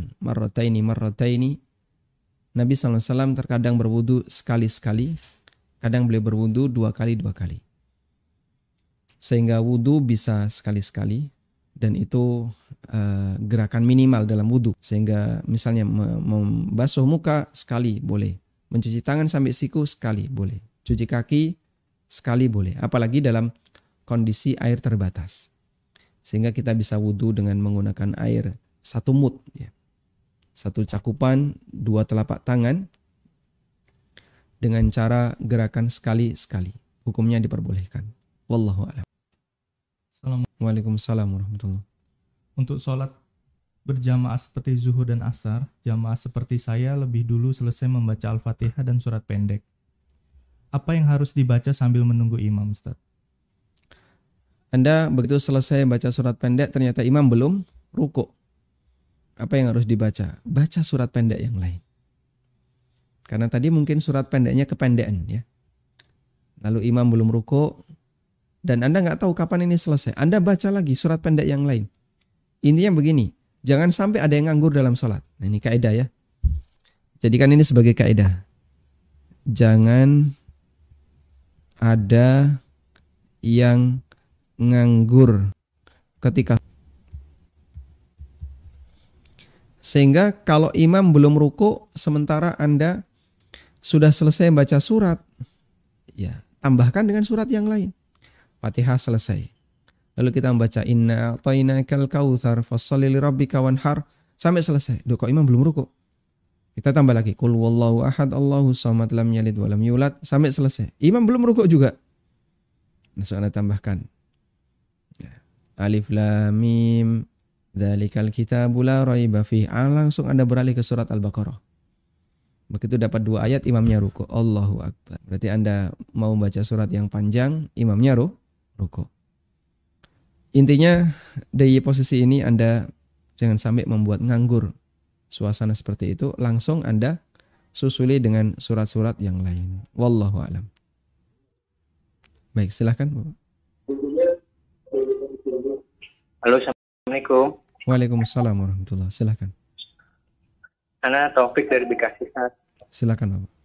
Nabi sallallahu alaihi wasallam terkadang berwudu sekali-sekali, kadang beliau berwudu 2 kali. Sehingga wudu bisa sekali-sekali, dan itu gerakan minimal dalam wudu. Sehingga misalnya membasuh muka sekali boleh, mencuci tangan sampai siku sekali boleh, cuci kaki sekali boleh, apalagi dalam kondisi air terbatas. Sehingga kita bisa wudu dengan menggunakan air 1 mud, ya. 1 cakupan 2 telapak tangan dengan cara gerakan sekali-sekali. Hukumnya diperbolehkan. Wallahu a'lam. Waalaikumsalam warahmatullahi. Untuk sholat berjamaah seperti zuhur dan asar, jamaah seperti saya lebih dulu selesai membaca Al-Fatihah dan surat pendek. Apa yang harus dibaca sambil menunggu imam, Ustaz? Anda begitu selesai baca surat pendek, ternyata imam belum ruku. Apa yang harus dibaca? Baca surat pendek yang lain. Karena tadi mungkin surat pendeknya kependekan, ya. Lalu imam belum ruku, dan Anda nggak tahu kapan ini selesai. Anda baca lagi surat pendek yang lain. Intinya begini, jangan sampai ada yang nganggur dalam sholat. Nah, ini kaidah ya. Jadikan ini sebagai kaidah. Jangan ada yang nganggur ketika. Sehingga kalau imam belum ruku sementara Anda sudah selesai baca surat, ya tambahkan dengan surat yang lain. Fatihah selesai. Lalu kita membaca inna a'tainakal kautsar fasholli lirabbika wanhar sampai selesai. Duh, kok imam belum ruku? Kita tambah lagi qul huwallahu ahad Allahus samad lam yalid wa lam yulad sampai selesai. Imam belum ruku juga. Langsung Anda tambahkan. Alif lam mim dzalikal kitabu la raiba fihi. Langsung Anda beralih ke surat Al-Baqarah. Begitu dapat 2 ayat imamnya ruku. Allahu akbar. Berarti Anda mau baca surat yang panjang, imamnya ruku. Intinya dari posisi ini Anda jangan sampai membuat nganggur suasana seperti itu. Langsung Anda susuli dengan surat-surat yang lain. Wallahu a'lam. Baik, silakan. Halo, assalamualaikum. Waalaikumsalam warahmatullahi. Silakan. Ana Taufik dari Bekasi, Ustaz. Silakan Bapak.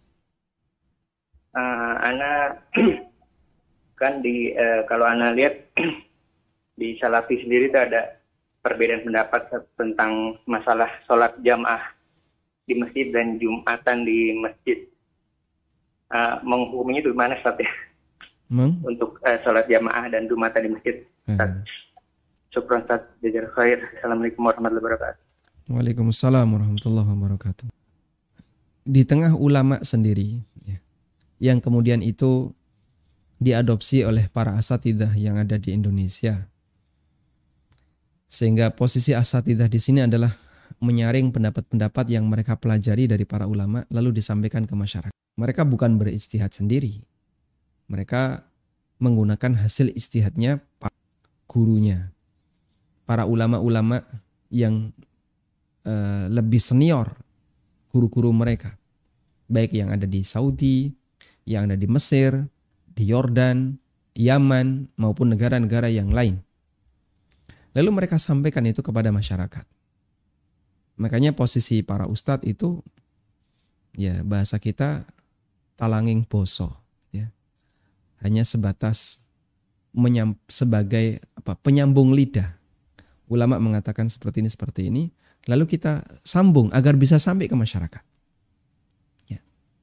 Ana kan kalau Ana lihat di Salafi sendiri itu ada perbedaan pendapat tentang masalah sholat jamaah di masjid dan Jumatan di masjid. Menghukumnya itu gimana, Ustaz ya? Untuk sholat jamaah dan Jumatan di masjid. Syukran, Ustaz. Jazakallahu khair. Assalamualaikum warahmatullahi wabarakatuh. Waalaikumsalam warahmatullahi wabarakatuh. Di tengah ulama sendiri ya, yang kemudian itu diadopsi oleh para asatidzah yang ada di Indonesia, sehingga posisi asatidzah di sini adalah menyaring pendapat-pendapat yang mereka pelajari dari para ulama lalu disampaikan ke masyarakat. Mereka bukan berijtihad sendiri, mereka menggunakan hasil ijtihadnya para gurunya, para ulama-ulama yang lebih senior, guru-guru mereka, baik yang ada di Saudi, yang ada di Mesir, di Yordan, Yaman, maupun negara-negara yang lain. Lalu mereka sampaikan itu kepada masyarakat. Makanya posisi para ustadz itu, ya bahasa kita talanging boso, ya, hanya sebatas sebagai penyambung lidah. Ulama mengatakan seperti ini, lalu kita sambung agar bisa sampai ke masyarakat. Ya.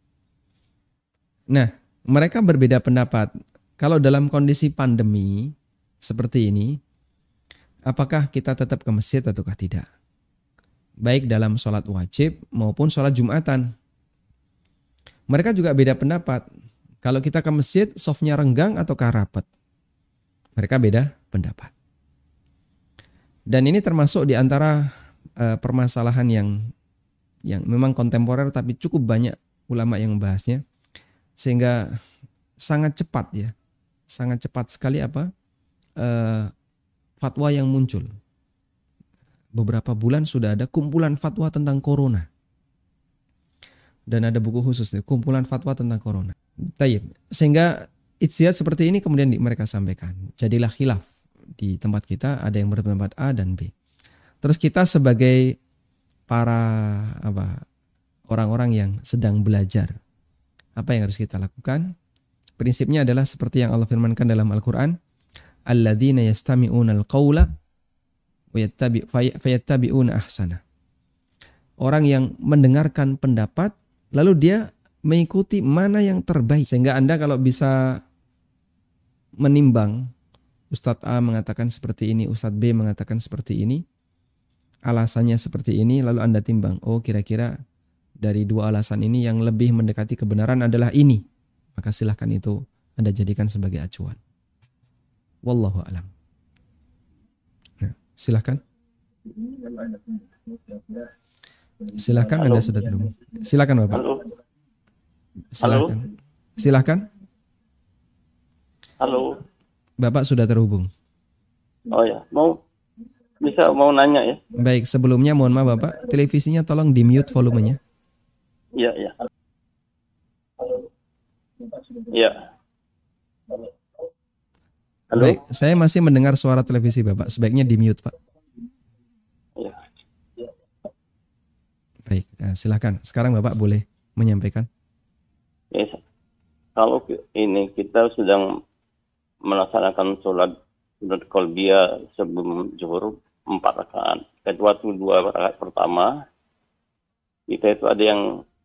Nah, mereka berbeda pendapat. Kalau dalam kondisi pandemi seperti ini, apakah kita tetap ke masjid ataukah tidak? Baik dalam sholat wajib maupun sholat Jumatan. Mereka juga beda pendapat. Kalau kita ke masjid, softnya renggang ataukah rapat? Mereka beda pendapat. Dan ini termasuk di antara permasalahan yang memang kontemporer tapi cukup banyak ulama yang membahasnya, sehingga sangat cepat sekali fatwa yang muncul. Beberapa bulan sudah ada kumpulan fatwa tentang corona, dan ada buku khusus kumpulan fatwa tentang corona. Sehingga ijtihad seperti ini kemudian mereka sampaikan, jadilah khilaf di tempat kita, ada yang berpendapat A dan B. Terus kita sebagai para orang-orang yang sedang belajar, apa yang harus kita lakukan? Prinsipnya adalah seperti yang Allah firmankan dalam Al-Quran, alladzina yastami'una al-qawla fayattabi'una ahsana. Orang yang mendengarkan pendapat lalu dia mengikuti mana yang terbaik. Sehingga Anda kalau bisa menimbang, Ustadz A mengatakan seperti ini, Ustadz B mengatakan seperti ini, alasannya seperti ini, lalu Anda timbang, oh kira-kira dari dua alasan ini yang lebih mendekati kebenaran adalah ini, maka silahkan itu Anda jadikan sebagai acuan. Wallahu a'lam. Nah, silahkan. Silahkan. Anda sudah terhubung. Silahkan Bapak. Silahkan. Silahkan. Halo. Bapak sudah terhubung. Oh ya, mau nanya ya. Baik, sebelumnya mohon maaf Bapak, televisinya tolong di-mute volumenya. Iya. Iya. Halo. Baik, saya masih mendengar suara televisi Bapak, sebaiknya di-mute Pak. Iya. Baik, nah, silakan. Sekarang Bapak boleh menyampaikan. Ya, kalau ini kita sedang melaksanakan sholat qalbiyah sebelum zuhur 4 rakaat. Waktu 2 rakaat pertama kita itu ada yang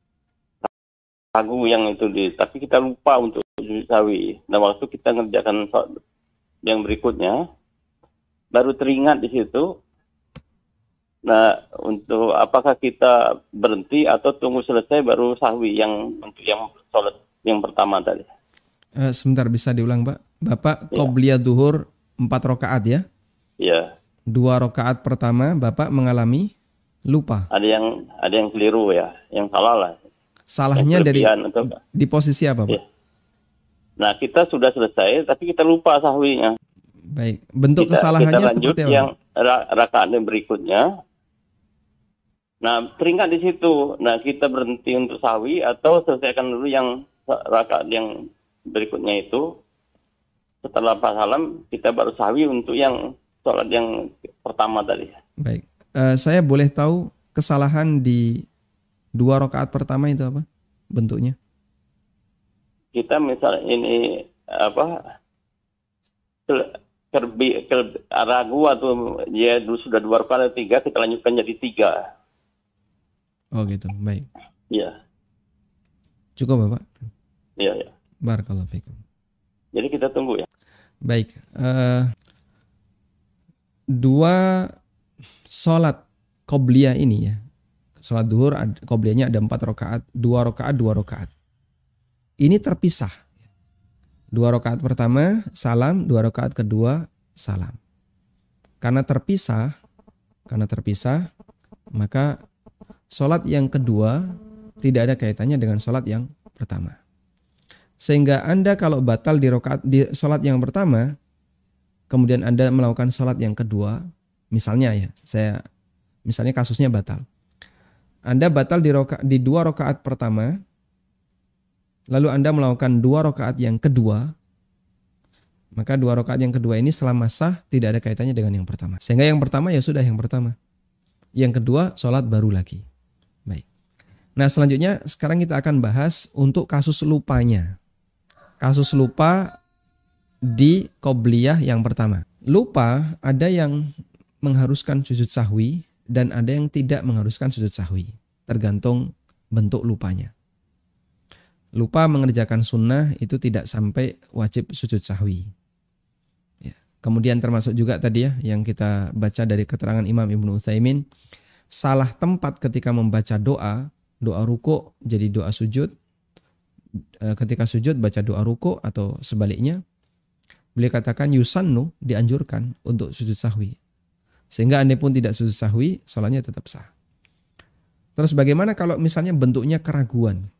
ragu yang itu tapi kita lupa untuk sujud sawi. Nah waktu kita ngerjakan sholat yang berikutnya baru teringat di situ. Nah untuk apakah kita berhenti atau tunggu selesai baru sahwi yang untuk yang sholat yang pertama tadi? Sebentar, bisa diulang Pak? Bapak qobliyah duhur 4 rakaat ya? Iya. 2 rakaat pertama Bapak mengalami lupa. Ada yang keliru ya, yang salah lah. Salahnya dari di posisi apa Pak? Ya. Nah kita sudah selesai tapi kita lupa sahwinya. Baik, bentuk kesalahannya kita lanjut seperti apa? Yang rakaat yang berikutnya. Nah teringat di situ. Nah kita berhenti untuk sahwi atau selesaikan dulu yang rakaat yang berikutnya itu. Setelah salam kita baru sahwi untuk yang sholat yang pertama tadi. Baik. Saya boleh tahu kesalahan di 2 rakaat pertama itu apa bentuknya? Kita misal ini ragu atau dia dulu sudah 2 rakaat 3, kita lanjutkan jadi 3. Oh gitu, baik. Iya. Cukup Bapak? Iya. Barakallahu fikum. Jadi kita tunggu ya. Baik. 2 sholat qobliyah ini ya. Sholat duhur qobliyahnya ada 4 rakaat, 2 rakaat, 2 rakaat. Ini terpisah. 2 rakaat pertama salam, 2 rakaat kedua salam. Karena terpisah, maka sholat yang kedua tidak ada kaitannya dengan sholat yang pertama. Sehingga Anda kalau batal di sholat yang pertama, kemudian Anda melakukan sholat yang kedua, misalnya ya, misalnya kasusnya batal. Anda batal di 2 rakaat pertama, lalu Anda melakukan 2 rakaat yang kedua, maka 2 rakaat yang kedua ini selama sah tidak ada kaitannya dengan yang pertama. Sehingga yang pertama ya sudah yang pertama. Yang kedua sholat baru lagi. Baik. Nah selanjutnya sekarang kita akan bahas untuk kasus lupanya. Kasus lupa di qobliyah yang pertama. Lupa ada yang mengharuskan sujud sahwi dan ada yang tidak mengharuskan sujud sahwi. Tergantung bentuk lupanya. Lupa mengerjakan sunnah itu tidak sampai wajib sujud sahwi. Ya. Kemudian termasuk juga tadi ya yang kita baca dari keterangan Imam Ibnu Utsaimin, salah tempat ketika membaca doa ruku jadi doa sujud, ketika sujud baca doa ruku atau sebaliknya, beliau katakan yusannu dianjurkan untuk sujud sahwi. Sehingga andai pun tidak sujud sahwi, sholatnya tetap sah. Terus bagaimana kalau misalnya bentuknya keraguan?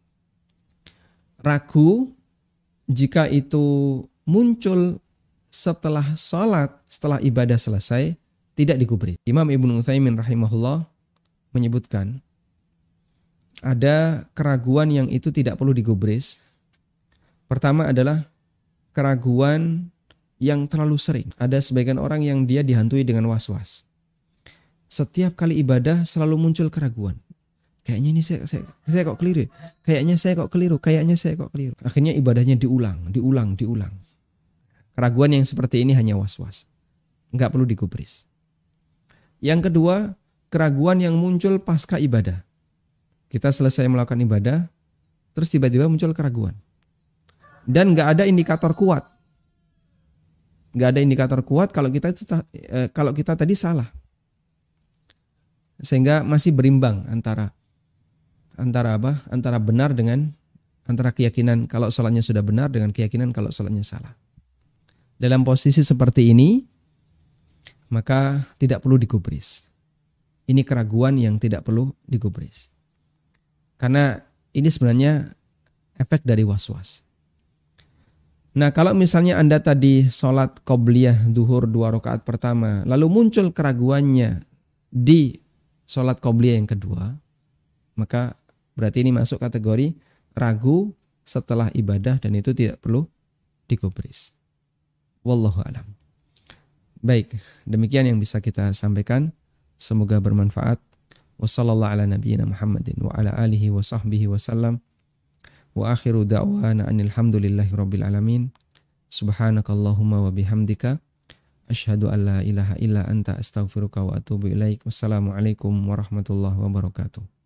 Ragu jika itu muncul setelah sholat, setelah ibadah selesai, tidak digubris. Imam Ibnu Utsaimin rahimahullah menyebutkan ada keraguan yang itu tidak perlu digubris. Pertama adalah keraguan yang terlalu sering. Ada sebagian orang yang dia dihantui dengan was-was. Setiap kali ibadah selalu muncul keraguan. Kayaknya ini saya kok keliru. Kayaknya saya kok keliru. Akhirnya ibadahnya diulang. Keraguan yang seperti ini hanya was-was. Enggak perlu digubris. Yang kedua, keraguan yang muncul pasca ibadah. Kita selesai melakukan ibadah, terus tiba-tiba muncul keraguan. Dan enggak ada indikator kuat. Enggak ada indikator kuat kalau kita tadi salah. Sehingga masih berimbang antara benar dengan antara keyakinan kalau sholatnya sudah benar dengan keyakinan kalau sholatnya salah. Dalam posisi seperti ini, maka tidak perlu digubris. Ini keraguan yang tidak perlu digubris. Karena ini sebenarnya efek dari was-was. Nah, kalau misalnya Anda tadi sholat qobliyah duhur 2 rakaat pertama, lalu muncul keraguannya di sholat qobliyah yang kedua, maka berarti ini masuk kategori ragu setelah ibadah dan itu tidak perlu digubris. Wallahu a'lam. Baik, demikian yang bisa kita sampaikan. Semoga bermanfaat. Wassallallahu ala nabiyyina Muhammadin wa ala alihi wa sahbihi wasallam. Wa akhiru da'wana anil hamdulillahi rabbil alamin. Subhanakallahumma wa bihamdika asyhadu an la ilaha illa anta astaghfiruka wa atubu ilaik. Wassalamualaikum warahmatullahi wabarakatuh.